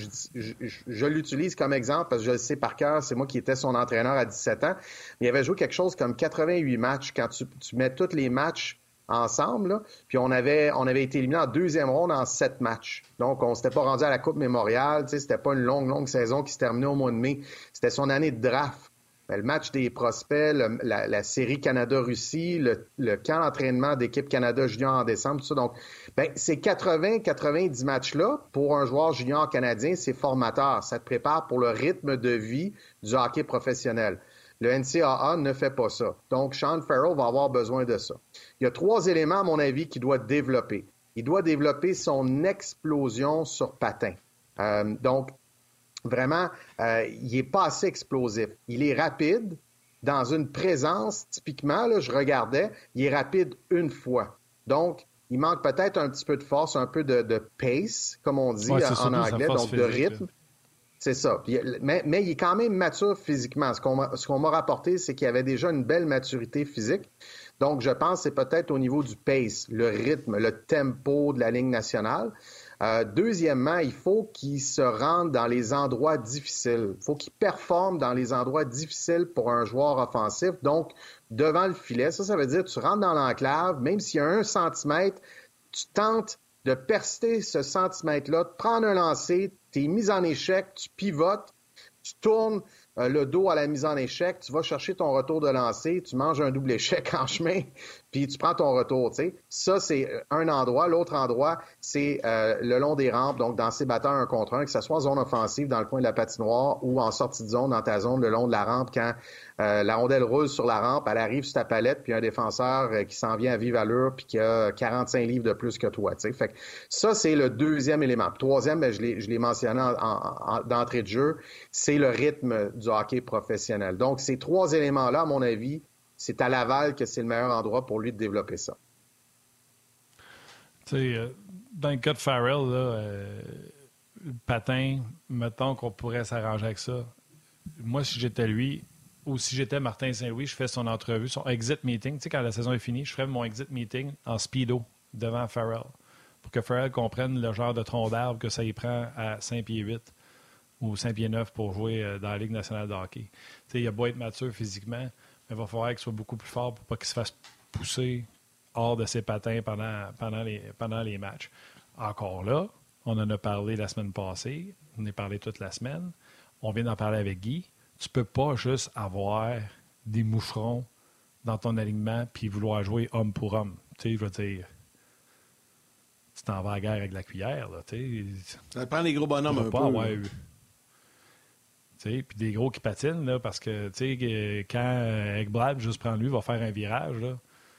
je l'utilise comme exemple parce que je le sais par cœur, c'est moi qui étais son entraîneur à 17 ans. Il avait joué quelque chose comme 88 matchs. Quand tu mets tous les matchs ensemble, là, puis on avait été éliminé en 2e ronde en 7 matchs. Donc, on s'était pas rendu à la Coupe Mémoriale. C'était pas une longue saison qui se terminait au mois de mai. C'était son année de draft. Le match des prospects, la série Canada-Russie, le camp d'entraînement d'équipe Canada junior en décembre, tout ça. Donc, ces 80-90 matchs-là, pour un joueur junior canadien, c'est formateur. Ça te prépare pour le rythme de vie du hockey professionnel. Le NCAA ne fait pas ça. Donc, Sean Farrell va avoir besoin de ça. Il y a 3 éléments, à mon avis, qu'il doit développer. Il doit développer son explosion sur patin. Donc, vraiment, il n'est pas assez explosif. Il est rapide dans une présence, typiquement, là, je regardais, il est rapide une fois. Donc, il manque peut-être un petit peu de force, un peu de pace, comme on dit en anglais, donc de rythme. Là. C'est ça. Mais il est quand même mature physiquement. Ce qu'on m'a rapporté, c'est qu'il avait déjà une belle maturité physique. Donc, je pense que c'est peut-être au niveau du pace, le rythme, le tempo de la Ligue nationale. Deuxièmement, il faut qu'il se rende dans les endroits difficiles. Il faut qu'il performe dans les endroits difficiles pour un joueur offensif. Donc, devant le filet, ça veut dire que tu rentres dans l'enclave, même s'il y a 1 centimètre, tu tentes de percer ce centimètre-là, de prendre un lancer, tu es mis en échec, tu pivotes, tu tournes le dos à la mise en échec, tu vas chercher ton retour de lancer, tu manges un double échec en chemin, puis tu prends ton retour, tu sais. Ça, c'est un endroit. L'autre endroit, c'est le long des rampes, donc dans ces batteurs 1 contre 1, que ce soit en zone offensive, dans le coin de la patinoire ou en sortie de zone, dans ta zone, le long de la rampe, quand la rondelle roule sur la rampe, elle arrive sur ta palette, puis un défenseur qui s'en vient à vive allure, puis qui a 45 livres de plus que toi, tu sais. Fait que ça, c'est le deuxième élément. Puis, troisième, je l'ai mentionné d'entrée de jeu, c'est le rythme du hockey professionnel. Donc, ces 3 éléments-là, à mon avis, c'est à Laval que c'est le meilleur endroit pour lui de développer ça. Tu sais, dans le cas de Farrell, là, le patin, mettons qu'on pourrait s'arranger avec ça. Moi, si j'étais lui, ou si j'étais Martin Saint-Louis, je fais son entrevue, son exit meeting. Tu sais, quand la saison est finie, je ferais mon exit meeting en speedo devant Farrell pour que Farrell comprenne le genre de tronc d'arbre que ça y prend à 5 pieds 8 ou 5 pieds 9 pour jouer dans la Ligue nationale de hockey. Tu sais, il a beau être mature physiquement, mais il va falloir qu'il soit beaucoup plus fort pour pas qu'il se fasse pousser hors de ses patins pendant les matchs. Encore là, on en a parlé la semaine passée, on en a parlé toute la semaine, on vient d'en parler avec Guy. Tu peux pas juste avoir des moucherons dans ton alignement puis vouloir jouer homme pour homme. Tu sais, je veux dire, tu t'en vas à la guerre avec la cuillère, là, tu sais. Ça prend les gros bonhommes un peu. Puis des gros qui patinent, là, parce que quand Ekblad, juste prendre lui, va faire un virage, là,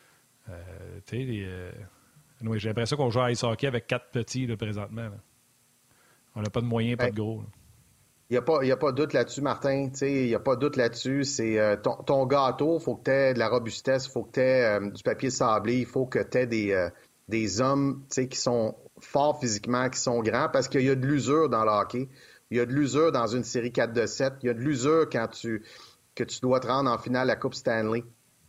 j'ai l'impression qu'on joue à ice hockey avec 4 petits là, présentement. Là. On n'a pas de moyens, pas de gros. Il n'y a pas de doute là-dessus, Martin. Il n'y a pas de doute là-dessus. C'est ton gâteau, il faut que tu aies de la robustesse, il faut que tu aies du papier sablé, il faut que tu aies des hommes qui sont forts physiquement, qui sont grands, parce qu'il y a de l'usure dans le hockey. Il y a de l'usure dans une série 4-7. Il y a de l'usure quand que tu dois te rendre en finale à la Coupe Stanley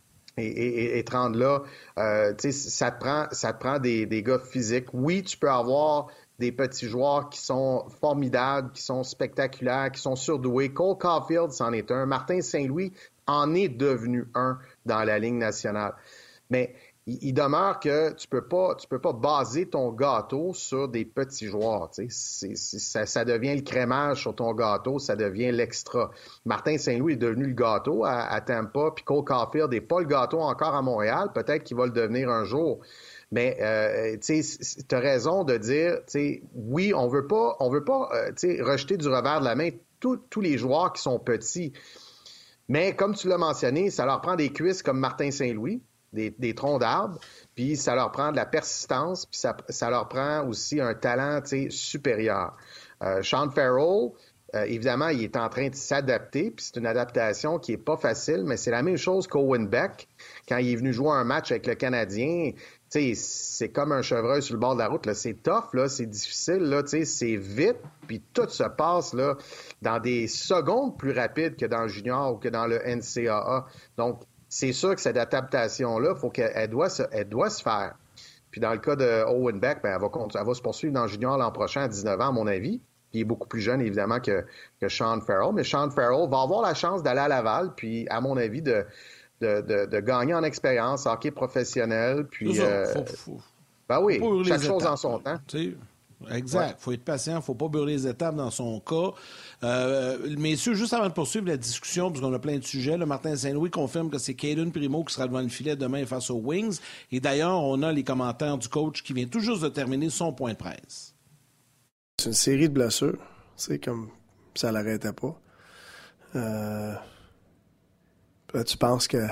et te rendre là. Ça te prend des gars physiques. Oui, tu peux avoir des petits joueurs qui sont formidables, qui sont spectaculaires, qui sont surdoués. Cole Caulfield, c'en est un. Martin Saint-Louis en est devenu un dans la Ligue nationale. Mais il demeure que tu peux pas baser ton gâteau sur des petits joueurs. Ça devient le crémage sur ton gâteau, ça devient l'extra. Martin Saint-Louis est devenu le gâteau à Tampa, puis Cole Caulfield n'est pas le gâteau encore à Montréal. Peut-être qu'il va le devenir un jour. Mais tu as raison de dire, oui, on veut pas rejeter du revers de la main tous les joueurs qui sont petits. Mais comme tu l'as mentionné, ça leur prend des cuisses comme Martin Saint-Louis. Des troncs d'arbres, puis ça leur prend de la persistance, puis ça leur prend aussi un talent supérieur. Sean Farrell, évidemment, il est en train de s'adapter, puis c'est une adaptation qui est pas facile, mais c'est la même chose qu'Owen Beck, quand il est venu jouer un match avec le Canadien. C'est comme un chevreuil sur le bord de la route. Là. C'est tough, là, c'est difficile, là, c'est vite, puis tout se passe là, dans des secondes plus rapides que dans le junior ou que dans le NCAA. Donc, c'est sûr que cette adaptation-là, elle doit se faire. Puis dans le cas de Owen Beck, elle va se poursuivre dans le junior l'an prochain à 19 ans, à mon avis. Puis il est beaucoup plus jeune, évidemment, que Sean Farrell. Mais Sean Farrell va avoir la chance d'aller à Laval, puis, à mon avis, de gagner en expérience, hockey professionnel. Puis, ben oui, chaque chose en son temps. Exact. Il faut être patient. Il ne faut pas brûler les étapes dans son cas. Messieurs, juste avant de poursuivre la discussion, parce qu'on a plein de sujets, Martin Saint-Louis confirme que c'est Caden Primo qui sera devant le filet demain face aux Wings. Et d'ailleurs, on a les commentaires du coach qui vient tout juste de terminer son point de presse. C'est une série de blessures. C'est comme ça l'arrêtait pas. Là, tu penses que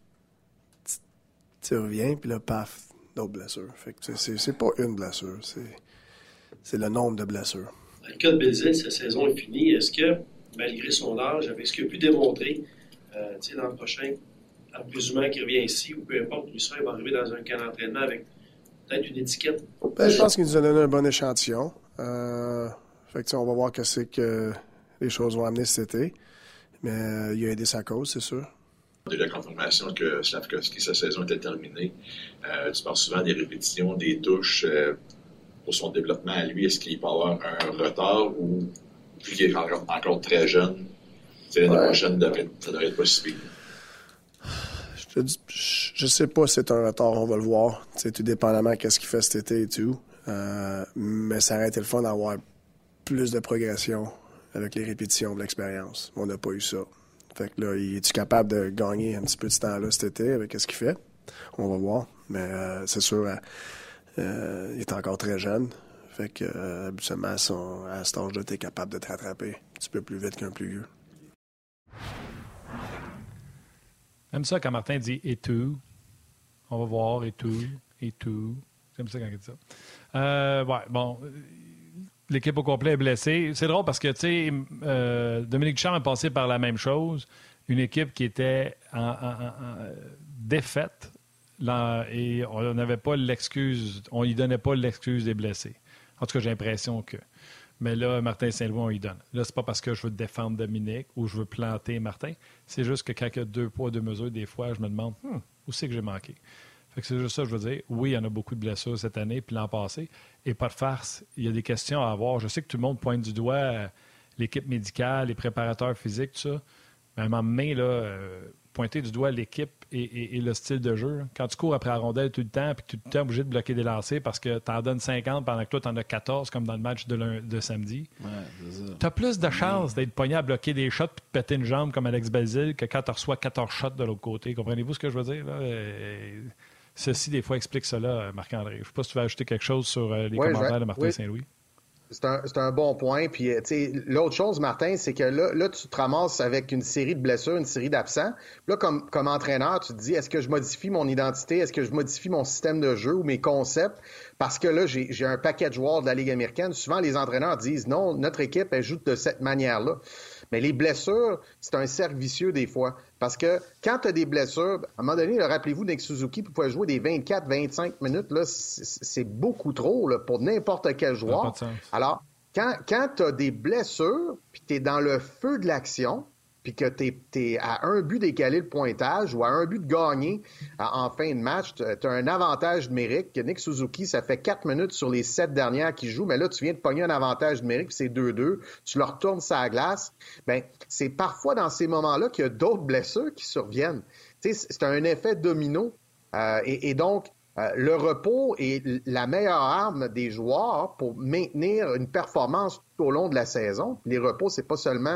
tu reviens, puis là, paf, d'autres blessures. Fait que c'est pas une blessure, c'est le nombre de blessures. le cas de Belzile, sa saison est finie. Est-ce que, malgré son âge, avec ce qu'il a pu démontrer, l'an prochain, en présumant qu'il revient ici, ou peu importe où il sera, il va arriver dans un camp d'entraînement avec peut-être une étiquette? Je pense qu'il nous a donné un bon échantillon. Fait que, on va voir que les choses vont amener cet été. Mais il a aidé sa cause, c'est sûr. On a eu la confirmation que Slafkovský, sa saison était terminée. Tu parles souvent des répétitions, des touches pour son développement à lui. Est-ce qu'il peut avoir un retard ou, vu qu'il est encore très jeune, l'année prochaine, ça devrait être possible? Je sais pas si c'est un retard, on va le voir. Tout dépendamment de ce qu'il fait cet été et tout. Mais ça aurait été le fun d'avoir plus de progression avec les répétitions de l'expérience. On n'a pas eu ça. Fait que là, es-tu capable de gagner un petit peu de temps-là cet été avec ce qu'il fait? On va voir. Mais c'est sûr, il est encore très jeune. Fait que habituellement, à cet âge-là, tu es capable de te rattraper un petit peu plus vite qu'un plus vieux. J'aime ça quand Martin dit « et tout ». On va voir « et tout ». J'aime ça quand il dit ça. Bon... L'équipe au complet est blessée. C'est drôle parce que, tu sais, Dominique Ducharme est passé par la même chose. Une équipe qui était en défaite et on n'avait pas l'excuse, on lui donnait pas l'excuse des blessés. En tout cas, j'ai l'impression que. Mais là, Martin Saint-Louis, on lui donne. Là, c'est pas parce que je veux défendre Dominique ou je veux planter Martin. C'est juste que quand il y a 2 poids, 2 mesures, des fois, je me demande où c'est que j'ai manqué. Fait que c'est juste ça que je veux dire. Oui, il y en a beaucoup de blessures cette année puis l'an passé. Et pas de farce. Il y a des questions à avoir. Je sais que tout le monde pointe du doigt l'équipe médicale, les préparateurs physiques, tout ça. Mais à un moment donné, pointer du doigt l'équipe et le style de jeu. Quand tu cours après la rondelle tout le temps puis que tu es tout le temps obligé de bloquer des lancers parce que tu en donnes 50 pendant que toi, tu en as 14 comme dans le match de samedi, tu as plus de chances d'être pogné à bloquer des shots puis de péter une jambe comme Alex Belzile que quand tu reçois 14 shots de l'autre côté. Comprenez-vous ce que je veux dire? Là? Ceci, des fois, explique cela, Marc-André. Je ne sais pas si tu veux ajouter quelque chose sur les commentaires de Martin Saint-Louis. C'est un bon point. Puis, l'autre chose, Martin, c'est que là, tu te ramasses avec une série de blessures, une série d'absents. Là, comme entraîneur, tu te dis, est-ce que je modifie mon identité? Est-ce que je modifie mon système de jeu ou mes concepts? Parce que là, j'ai un paquet de joueurs de la Ligue américaine. Souvent, les entraîneurs disent, non, notre équipe, elle joue de cette manière-là. Mais les blessures, c'est un cercle vicieux des fois. Parce que quand tu as des blessures, à un moment donné, rappelez-vous, Nick Suzuki pouvait jouer des 24-25 minutes. Là, c'est beaucoup trop là, pour n'importe quel joueur. Alors, quand tu as des blessures, puis tu es dans le feu de l'action, puis que tu es à un but d'égaler le pointage ou à un but de gagner en fin de match, tu as un avantage numérique. Nick Suzuki, ça fait 4 minutes sur les 7 dernières qu'il joue, mais là, tu viens de pogner un avantage numérique, puis c'est 2-2. Tu le retournes sur la glace. Bien, c'est parfois dans ces moments-là qu'il y a d'autres blessures qui surviennent. Tu sais, c'est un effet domino. Et donc, le repos est la meilleure arme des joueurs pour maintenir une performance tout au long de la saison. Les repos, c'est pas seulement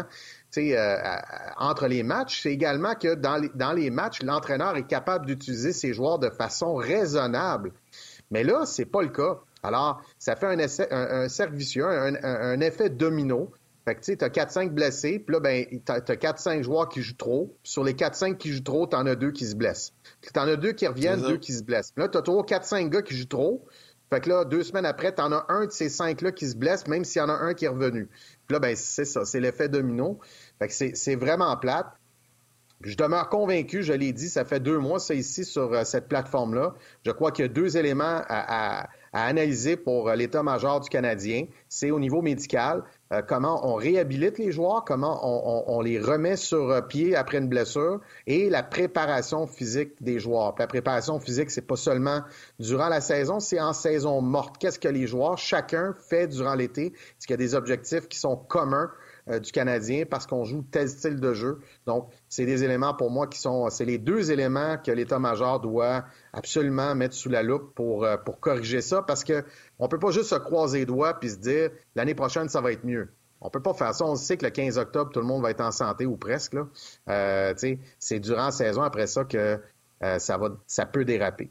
entre les matchs, c'est également que dans les matchs, l'entraîneur est capable d'utiliser ses joueurs de façon raisonnable. Mais là, c'est pas le cas. Alors, ça fait un cercle vicieux, un effet domino. Fait que tu sais, t'as 4-5 blessés, puis là, ben, t'as 4-5 joueurs qui jouent trop. Puis sur les 4-5 qui jouent trop, t'en as 2 qui se blessent. Puis t'en as 2 qui reviennent, 2 qui se blessent. Puis là, t'as toujours 4-5 gars qui jouent trop. Fait que là, 2 semaines après, t'en as un de ces 5-là qui se blesse, même s'il y en a un qui est revenu. Puis là, ben, c'est ça, c'est l'effet domino. Fait que c'est vraiment plate. Puis je demeure convaincu, je l'ai dit, ça fait 2 mois, ça ici, sur cette plateforme-là. Je crois qu'il y a 2 éléments à analyser pour l'état-major du Canadien. C'est au niveau médical, comment on réhabilite les joueurs, comment on les remet sur pied après une blessure, et la préparation physique des joueurs. Puis la préparation physique, c'est pas seulement durant la saison, c'est en saison morte. Qu'est-ce que les joueurs, chacun, fait durant l'été? Est-ce qu'il y a des objectifs qui sont communs du Canadien parce qu'on joue tel style de jeu? Donc, c'est des éléments pour moi c'est les 2 éléments que l'état-major doit absolument mettre sous la loupe pour corriger ça, parce que on peut pas juste se croiser les doigts puis se dire l'année prochaine ça va être mieux. On peut pas faire ça. On sait que le 15 octobre tout le monde va être en santé ou presque là. C'est durant la saison après ça que ça peut déraper.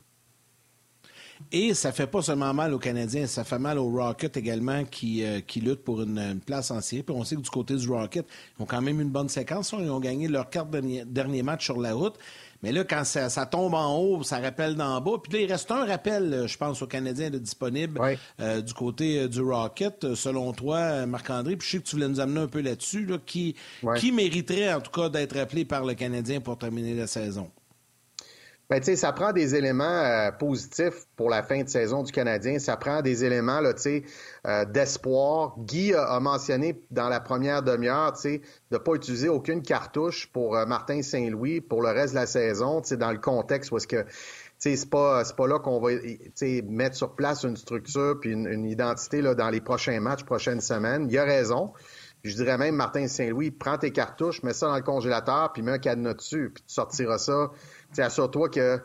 Et ça fait pas seulement mal aux Canadiens, ça fait mal aux Rockets également qui luttent pour une place en série. Puis on sait que du côté du Rocket, ils ont quand même une bonne séquence. Ils ont gagné leurs 4 derniers matchs sur la route. Mais là, quand ça tombe en haut, ça rappelle d'en bas. Puis là, il reste un rappel, je pense, aux Canadiens de disponible du côté du Rocket. Selon toi, Marc-André, puis je sais que tu voulais nous amener un peu là-dessus, là, qui mériterait en tout cas d'être rappelé par le Canadien pour terminer la saison? Ben, tu sais, ça prend des éléments positifs pour la fin de saison du Canadien. Ça prend des éléments, là, tu sais, d'espoir. Guy a mentionné dans la première demi-heure, tu sais, de pas utiliser aucune cartouche pour Martin Saint-Louis pour le reste de la saison, tu sais, dans le contexte où est-ce que, tu sais, c'est pas là qu'on va, tu sais, mettre sur place une structure puis une identité, là, dans les prochains matchs, prochaines semaines. Il a raison. Je dirais même, Martin Saint-Louis, prends tes cartouches, mets ça dans le congélateur, puis mets un cadenas dessus, puis tu sortiras ça. Tu sais, assure-toi que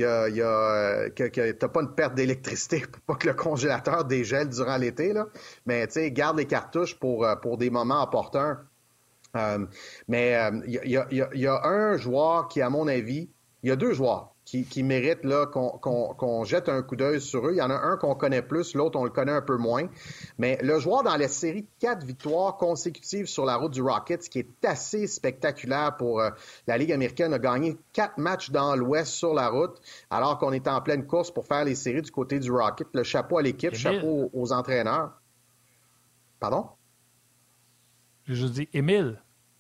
t'as pas une perte d'électricité pour pas que le congélateur dégèle durant l'été, là. Mais, tu sais, garde les cartouches pour des moments opportuns. Mais il y a un joueur qui, à mon avis, il y a deux joueurs qui méritent là, qu'on jette un coup d'œil sur eux. Il y en a un qu'on connaît plus, l'autre, on le connaît un peu moins. Mais le joueur dans la série de 4 victoires consécutives sur la route du Rocket, ce qui est assez spectaculaire pour la Ligue américaine, a gagné 4 matchs dans l'Ouest sur la route, alors qu'on est en pleine course pour faire les séries du côté du Rocket. Le chapeau à l'équipe, chapeau aux entraîneurs. Pardon? J'ai juste dit Émile.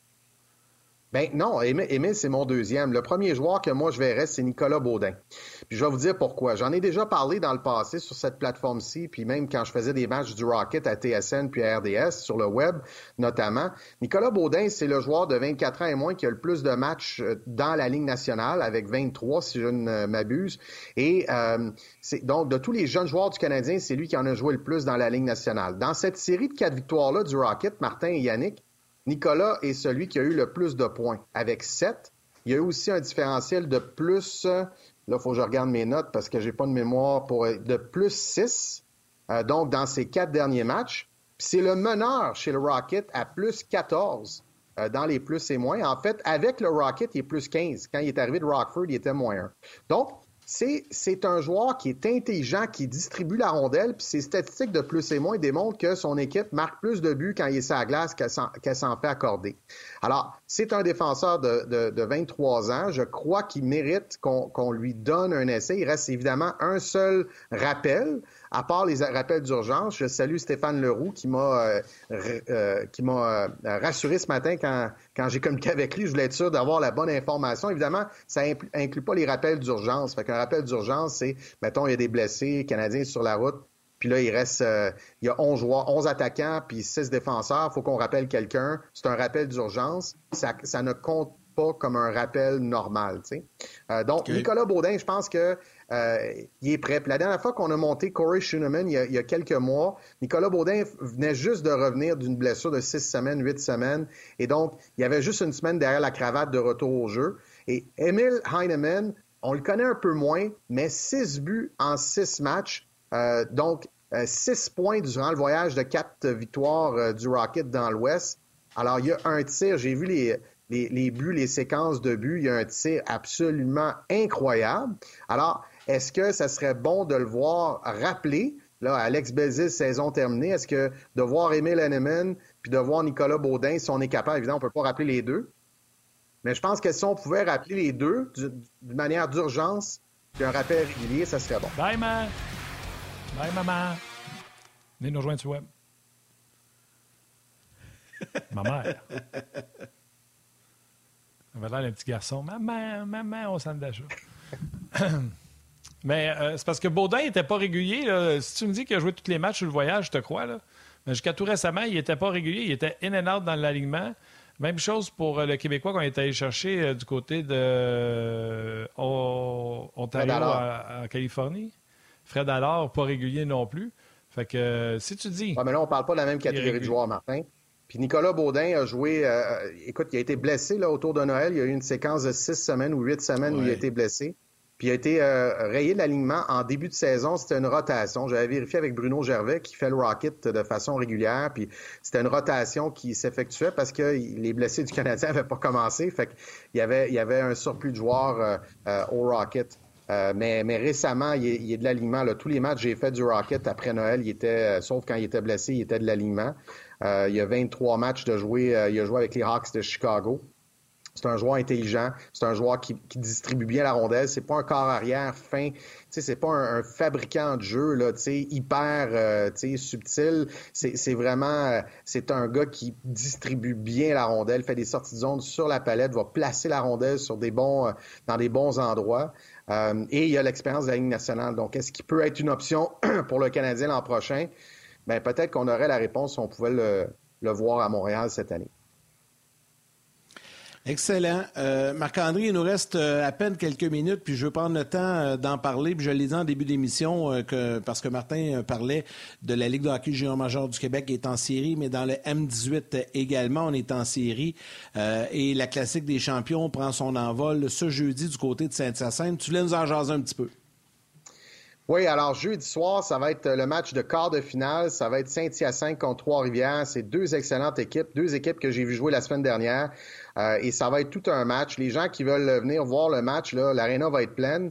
Ben non, Émile, c'est mon deuxième. Le premier joueur que moi je verrais, c'est Nicolas Baudin. Puis je vais vous dire pourquoi. J'en ai déjà parlé dans le passé sur cette plateforme-ci, puis même quand je faisais des matchs du Rocket à TSN puis à RDS, sur le web notamment. Nicolas Baudin, c'est le joueur de 24 ans et moins qui a le plus de matchs dans la Ligue nationale, avec 23 si je ne m'abuse. Et donc, de tous les jeunes joueurs du Canadien, c'est lui qui en a joué le plus dans la Ligue nationale. Dans cette série de 4 victoires-là du Rocket, Martin et Yannick, Nicolas est celui qui a eu le plus de points, avec 7. Il y a eu aussi un différentiel de plus, là, il faut que je regarde mes notes parce que j'ai pas de mémoire, de plus 6, donc dans ces 4 derniers matchs. Puis c'est le meneur chez le Rocket à plus 14 dans les plus et moins. En fait, avec le Rocket, il est plus 15. Quand il est arrivé de Rockford, il était moins 1. Donc, c'est un joueur qui est intelligent, qui distribue la rondelle, puis ses statistiques de plus et moins démontrent que son équipe marque plus de buts quand il est sur la glace qu'elle s'en fait accorder. Alors, c'est un défenseur de 23 ans. Je crois qu'il mérite qu'on lui donne un essai. Il reste évidemment un seul rappel. À part les rappels d'urgence, je salue Stéphane Leroux qui m'a rassuré ce matin quand j'ai communiqué avec lui. Je voulais être sûr d'avoir la bonne information. Évidemment, ça inclut pas les rappels d'urgence. Fait qu'un rappel d'urgence, c'est, mettons, il y a des blessés Canadiens sur la route, puis là, il y a 11 joueurs, 11 attaquants, puis 6 défenseurs. Il faut qu'on rappelle quelqu'un. C'est un rappel d'urgence. Ça ne compte pas comme un rappel normal, tu sais. Donc, okay. Nicolas Baudin, je pense que il est prêt. Puis la dernière fois qu'on a monté Corey Schooneman, il y a quelques mois, Nicolas Baudin venait juste de revenir d'une blessure de 6 semaines, 8 semaines. Et donc, il y avait juste une semaine derrière la cravate de retour au jeu. Et Emil Heinemann, on le connaît un peu moins, mais 6 buts en 6 matchs. Donc, 6 points durant le voyage de 4 victoires du Rocket dans l'Ouest. Alors, il y a un tir, j'ai vu les buts, les séquences de buts, il y a un tir absolument incroyable. Alors, est-ce que ça serait bon de le voir rappeler, là, Alex Belzile, saison terminée, est-ce que de voir Emil Heinemann puis de voir Nicolas Baudin, si on est capable, évidemment, on ne peut pas rappeler les deux, mais je pense que si on pouvait rappeler les deux d'une manière d'urgence, puis un rappel régulier, ça serait bon. Bye, man! Bye, maman! Venez nous rejoindre sur le web. Ma mère. Elle avait l'air d'un petit garçon. Maman, au centre d'achat. Mais c'est parce que Baudin n'était pas régulier. Là. Si tu me dis qu'il a joué tous les matchs sur le voyage, je te crois. Là. Mais jusqu'à tout récemment, il n'était pas régulier. Il était in and out dans l'alignement. Même chose pour le Québécois qu'on est allé chercher du côté de Ontario en Californie. Fred Allard, pas régulier non plus. Fait que si tu dis... Ouais, mais là, on ne parle pas de la même catégorie de joueurs, Martin. Puis Nicolas Baudin a joué... écoute, il a été blessé là, autour de Noël. Il y a eu une séquence de 6 semaines ou 8 semaines où il a été blessé. Puis il a été rayé de l'alignement en début de saison. C'était une rotation. J'avais vérifié avec Bruno Gervais qui fait le Rocket de façon régulière. Puis c'était une rotation qui s'effectuait parce que les blessés du Canadien n'avaient pas commencé. Fait qu'il y avait un surplus de joueurs au Rocket. Mais récemment, il est de l'alignement. Là. Tous les matchs que j'ai fait du Rocket après Noël, il était, sauf quand il était blessé, il était de l'alignement. Il y a 23 matchs de jouer. Il a joué avec les Hawks de Chicago. C'est un joueur intelligent. C'est un joueur qui distribue bien la rondelle. C'est pas un corps arrière fin. C'est pas un fabricant de jeu là, hyper subtil. C'est vraiment c'est un gars qui distribue bien la rondelle, fait des sorties de zone sur la palette, va placer la rondelle sur dans des bons endroits. Et il a l'expérience de la Ligue nationale. Donc, est-ce qu'il peut être une option pour le Canadien l'an prochain? Bien, peut-être qu'on aurait la réponse si on pouvait le voir à Montréal cette année. Excellent. Marc-André, il nous reste à peine quelques minutes, puis je veux prendre le temps d'en parler. Puis je l'ai dit en début d'émission, parce que Martin parlait de la Ligue de hockey junior major du Québec qui est en série, mais dans le M18 également, on est en série. Et la Classique des champions prend son envol ce jeudi du côté de Saint-Hyacinthe. Tu voulais nous en jaser un petit peu? Oui, alors jeudi soir, ça va être le match de quart de finale. Ça va être Saint-Hyacinthe contre Trois-Rivières. C'est deux excellentes équipes, deux équipes que j'ai vu jouer la semaine dernière. Et ça va être tout un match. Les gens qui veulent venir voir le match, là, l'aréna va être pleine.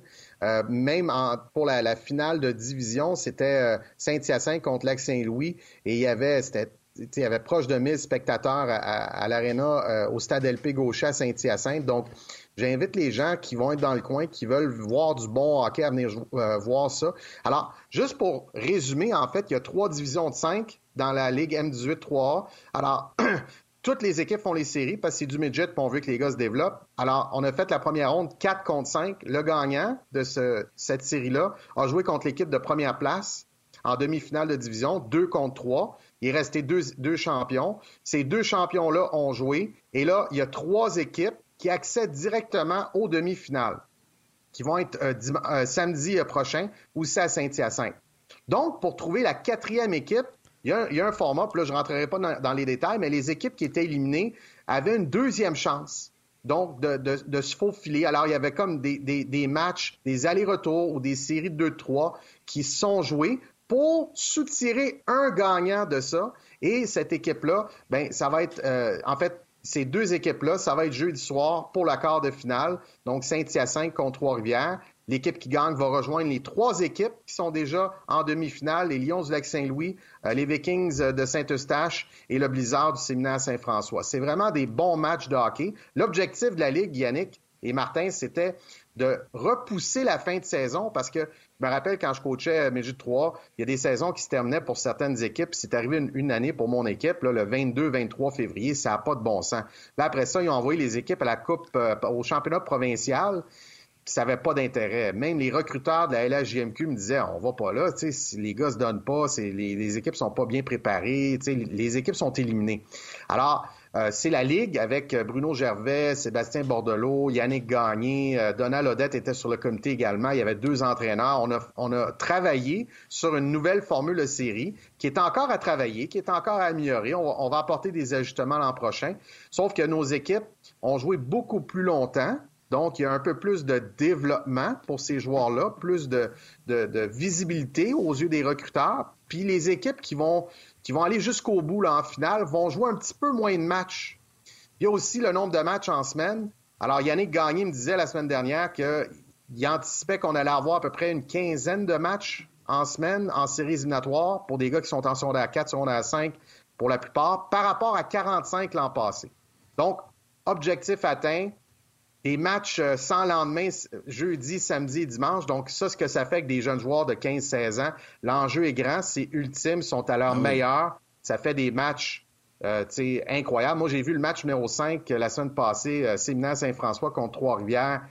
Même pour la finale de division, c'était Saint-Hyacinthe contre Lac-Saint-Louis. Et il y avait proche de 1000 spectateurs à l'aréna au stade LP Gaucher à Saint-Hyacinthe. Donc, j'invite les gens qui vont être dans le coin, qui veulent voir du bon hockey à venir voir ça. Alors, juste pour résumer, en fait, il y a 3 divisions de 5 dans la Ligue M18 3A. Alors, toutes les équipes font les séries parce que c'est du midget et on veut que les gars se développent. Alors, on a fait la première ronde 4 contre 5. Le gagnant de cette série-là a joué contre l'équipe de première place en demi-finale de division, 2 contre 3. Il est resté deux champions. Ces 2 champions-là ont joué. Et là, il y a 3 équipes qui accèdent directement aux demi-finales, qui vont être samedi prochain, aussi à Saint-Hyacinthe. Donc, pour trouver la 4e équipe, il y a un format, puis là, je ne rentrerai pas dans les détails, mais les équipes qui étaient éliminées avaient une 2e chance, donc, de se faufiler. Alors, il y avait comme des matchs, des allers-retours ou des séries de 2-3 qui sont joués pour soutirer un gagnant de ça. Et cette équipe-là, bien, ça va être, en fait, ces 2 équipes-là, ça va être jeudi soir pour la quart de finale. Donc, Saint-Hyacinthe contre Trois-Rivières. L'équipe qui gagne va rejoindre les 3 équipes qui sont déjà en demi-finale, les Lions du Lac-Saint-Louis, les Vikings de Saint-Eustache et le Blizzard du Séminaire Saint-François. C'est vraiment des bons matchs de hockey. L'objectif de la Ligue, Yannick et Martin, c'était de repousser la fin de saison parce que je me rappelle quand je coachais Midget 3, il y a des saisons qui se terminaient pour certaines équipes. C'est arrivé une année pour mon équipe, là, le 22-23 février, ça n'a pas de bon sens. Là, après ça, ils ont envoyé les équipes à la Coupe, au championnat provincial, puis ça n'avait pas d'intérêt. Même les recruteurs de la LHJMQ me disaient, on va pas là, si les gars se donnent pas, les équipes sont pas bien préparées, les équipes sont éliminées. Alors, c'est la Ligue avec Bruno Gervais, Sébastien Bordelot, Yannick Gagné, Donald Odette était sur le comité également. Il y avait 2 entraîneurs. On a travaillé sur une nouvelle formule de série qui est encore à travailler, qui est encore à améliorer. On va apporter des ajustements l'an prochain. Sauf que nos équipes ont joué beaucoup plus longtemps. Donc, il y a un peu plus de développement pour ces joueurs-là, plus de visibilité aux yeux des recruteurs. Puis les équipes qui vont aller jusqu'au bout là, en finale vont jouer un petit peu moins de matchs. Il y a aussi le nombre de matchs en semaine. Alors, Yannick Gagné me disait la semaine dernière qu'il anticipait qu'on allait avoir à peu près une 15aine de matchs en semaine en séries éliminatoires pour des gars qui sont en secondaire 4, secondaire 5 pour la plupart, par rapport à 45 l'an passé. Donc, objectif atteint. Des matchs sans lendemain, jeudi, samedi et dimanche. Donc, ça, ce que ça fait avec des jeunes joueurs de 15-16 ans, l'enjeu est grand, c'est ultime, ils sont à leur meilleur. Ça fait des matchs incroyables. Moi, j'ai vu le match numéro 5 la semaine passée, Séminaire Saint-François contre Trois-Rivières.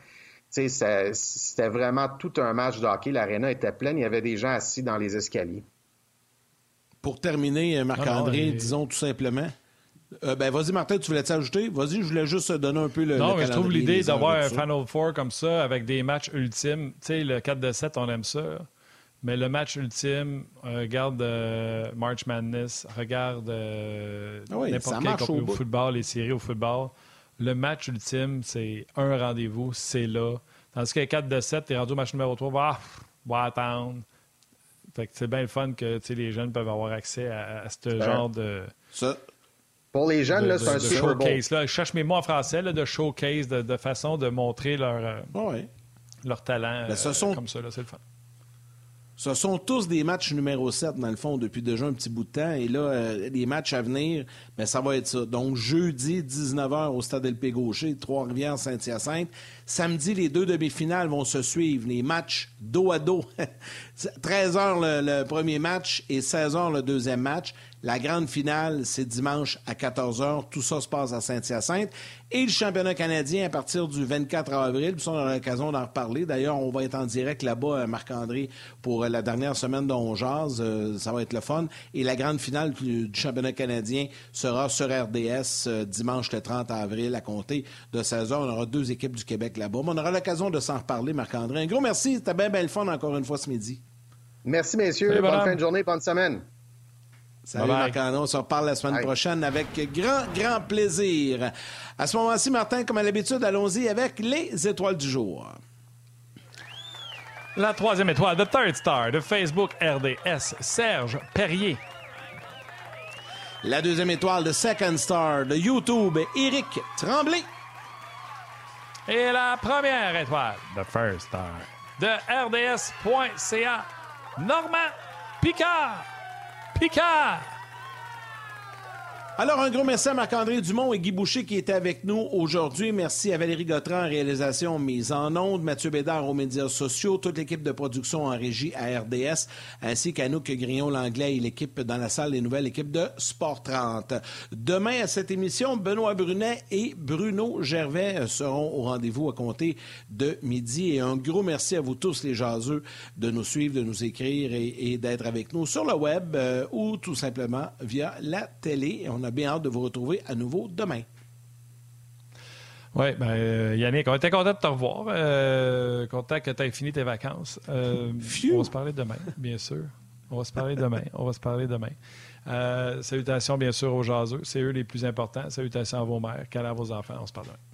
C'était vraiment tout un match de hockey. L'aréna était pleine, il y avait des gens assis dans les escaliers. Pour terminer, Marc-André, disons tout simplement... vas-y, Martin, tu voulais t'ajouter? Vas-y, je voulais juste donner un peu le Non, mais je trouve l'idée d'avoir un ça. Final Four comme ça, avec des matchs ultimes. Tu sais, le 4-7, on aime ça. Mais le match ultime, regarde March Madness, regarde n'importe quel couple au football, les séries au football. Le match ultime, c'est un rendez-vous, c'est là. Tandis que 4-7, t'es rendu au match numéro 3, va attendre. Fait que c'est bien le fun que les jeunes peuvent avoir accès à ce genre de... Ça. Pour les jeunes, là, c'est un Super Bowl. Là, je cherche mes mots en français, là, de showcase, de façon de montrer leur talent comme ça. Là, c'est le fun. Ce sont tous des matchs numéro 7, dans le fond, depuis déjà un petit bout de temps. Et là, les matchs à venir, bien, ça va être ça. Donc, jeudi, 19h au Stade LP Gaucher, Trois-Rivières, Saint-Hyacinthe. Samedi, les 2 demi-finales vont se suivre. Les matchs dos à dos. 13h le premier match et 16h le deuxième match. La grande finale, c'est dimanche à 14h. Tout ça se passe à Saint-Hyacinthe. Et le championnat canadien à partir du 24 avril. Puis ça, on aura l'occasion d'en reparler. D'ailleurs, on va être en direct là-bas, Marc-André, pour la dernière semaine d'On Jase. Ça va être le fun. Et la grande finale du championnat canadien sera sur RDS dimanche le 30 avril à compter de 16h. On aura 2 équipes du Québec là-bas. Mais on aura l'occasion de s'en reparler, Marc-André. Un gros merci. C'était bien le fun encore une fois ce midi. Merci, messieurs. Bonne fin de journée, bonne semaine. Salut Marc-André, on se reparle la semaine prochaine avec grand plaisir. À ce moment-ci, Martin, comme à l'habitude, allons-y avec les étoiles du jour. La 3e étoile, The Third Star de Facebook RDS, Serge Perrier. La 2e étoile de Second Star de YouTube, Éric Tremblay. Et la 1re étoile, The First Star de RDS.ca, Normand Picard. Alors, un gros merci à Marc-André Dumont et Guy Boucher qui étaient avec nous aujourd'hui. Merci à Valérie Gautran en réalisation mise en ondes, Mathieu Bédard aux médias sociaux, toute l'équipe de production en régie à RDS, ainsi qu'Anouk Grillon-Langlais et l'équipe dans la salle des nouvelles, l'équipe de Sport 30. Demain, à cette émission, Benoît Brunet et Bruno Gervais seront au rendez-vous à compter de midi. Et un gros merci à vous tous, les jaseux, de nous suivre, de nous écrire et d'être avec nous sur le web ou tout simplement via la télé. On a bien hâte de vous retrouver à nouveau demain. Oui, Yannick, on était content de te revoir. Content que tu aies fini tes vacances. On va se parler demain, bien sûr. On va se parler demain. Salutations, bien sûr, aux jaseux. C'est eux les plus importants. Salutations à vos mères, câlins à vos enfants. On se parle demain.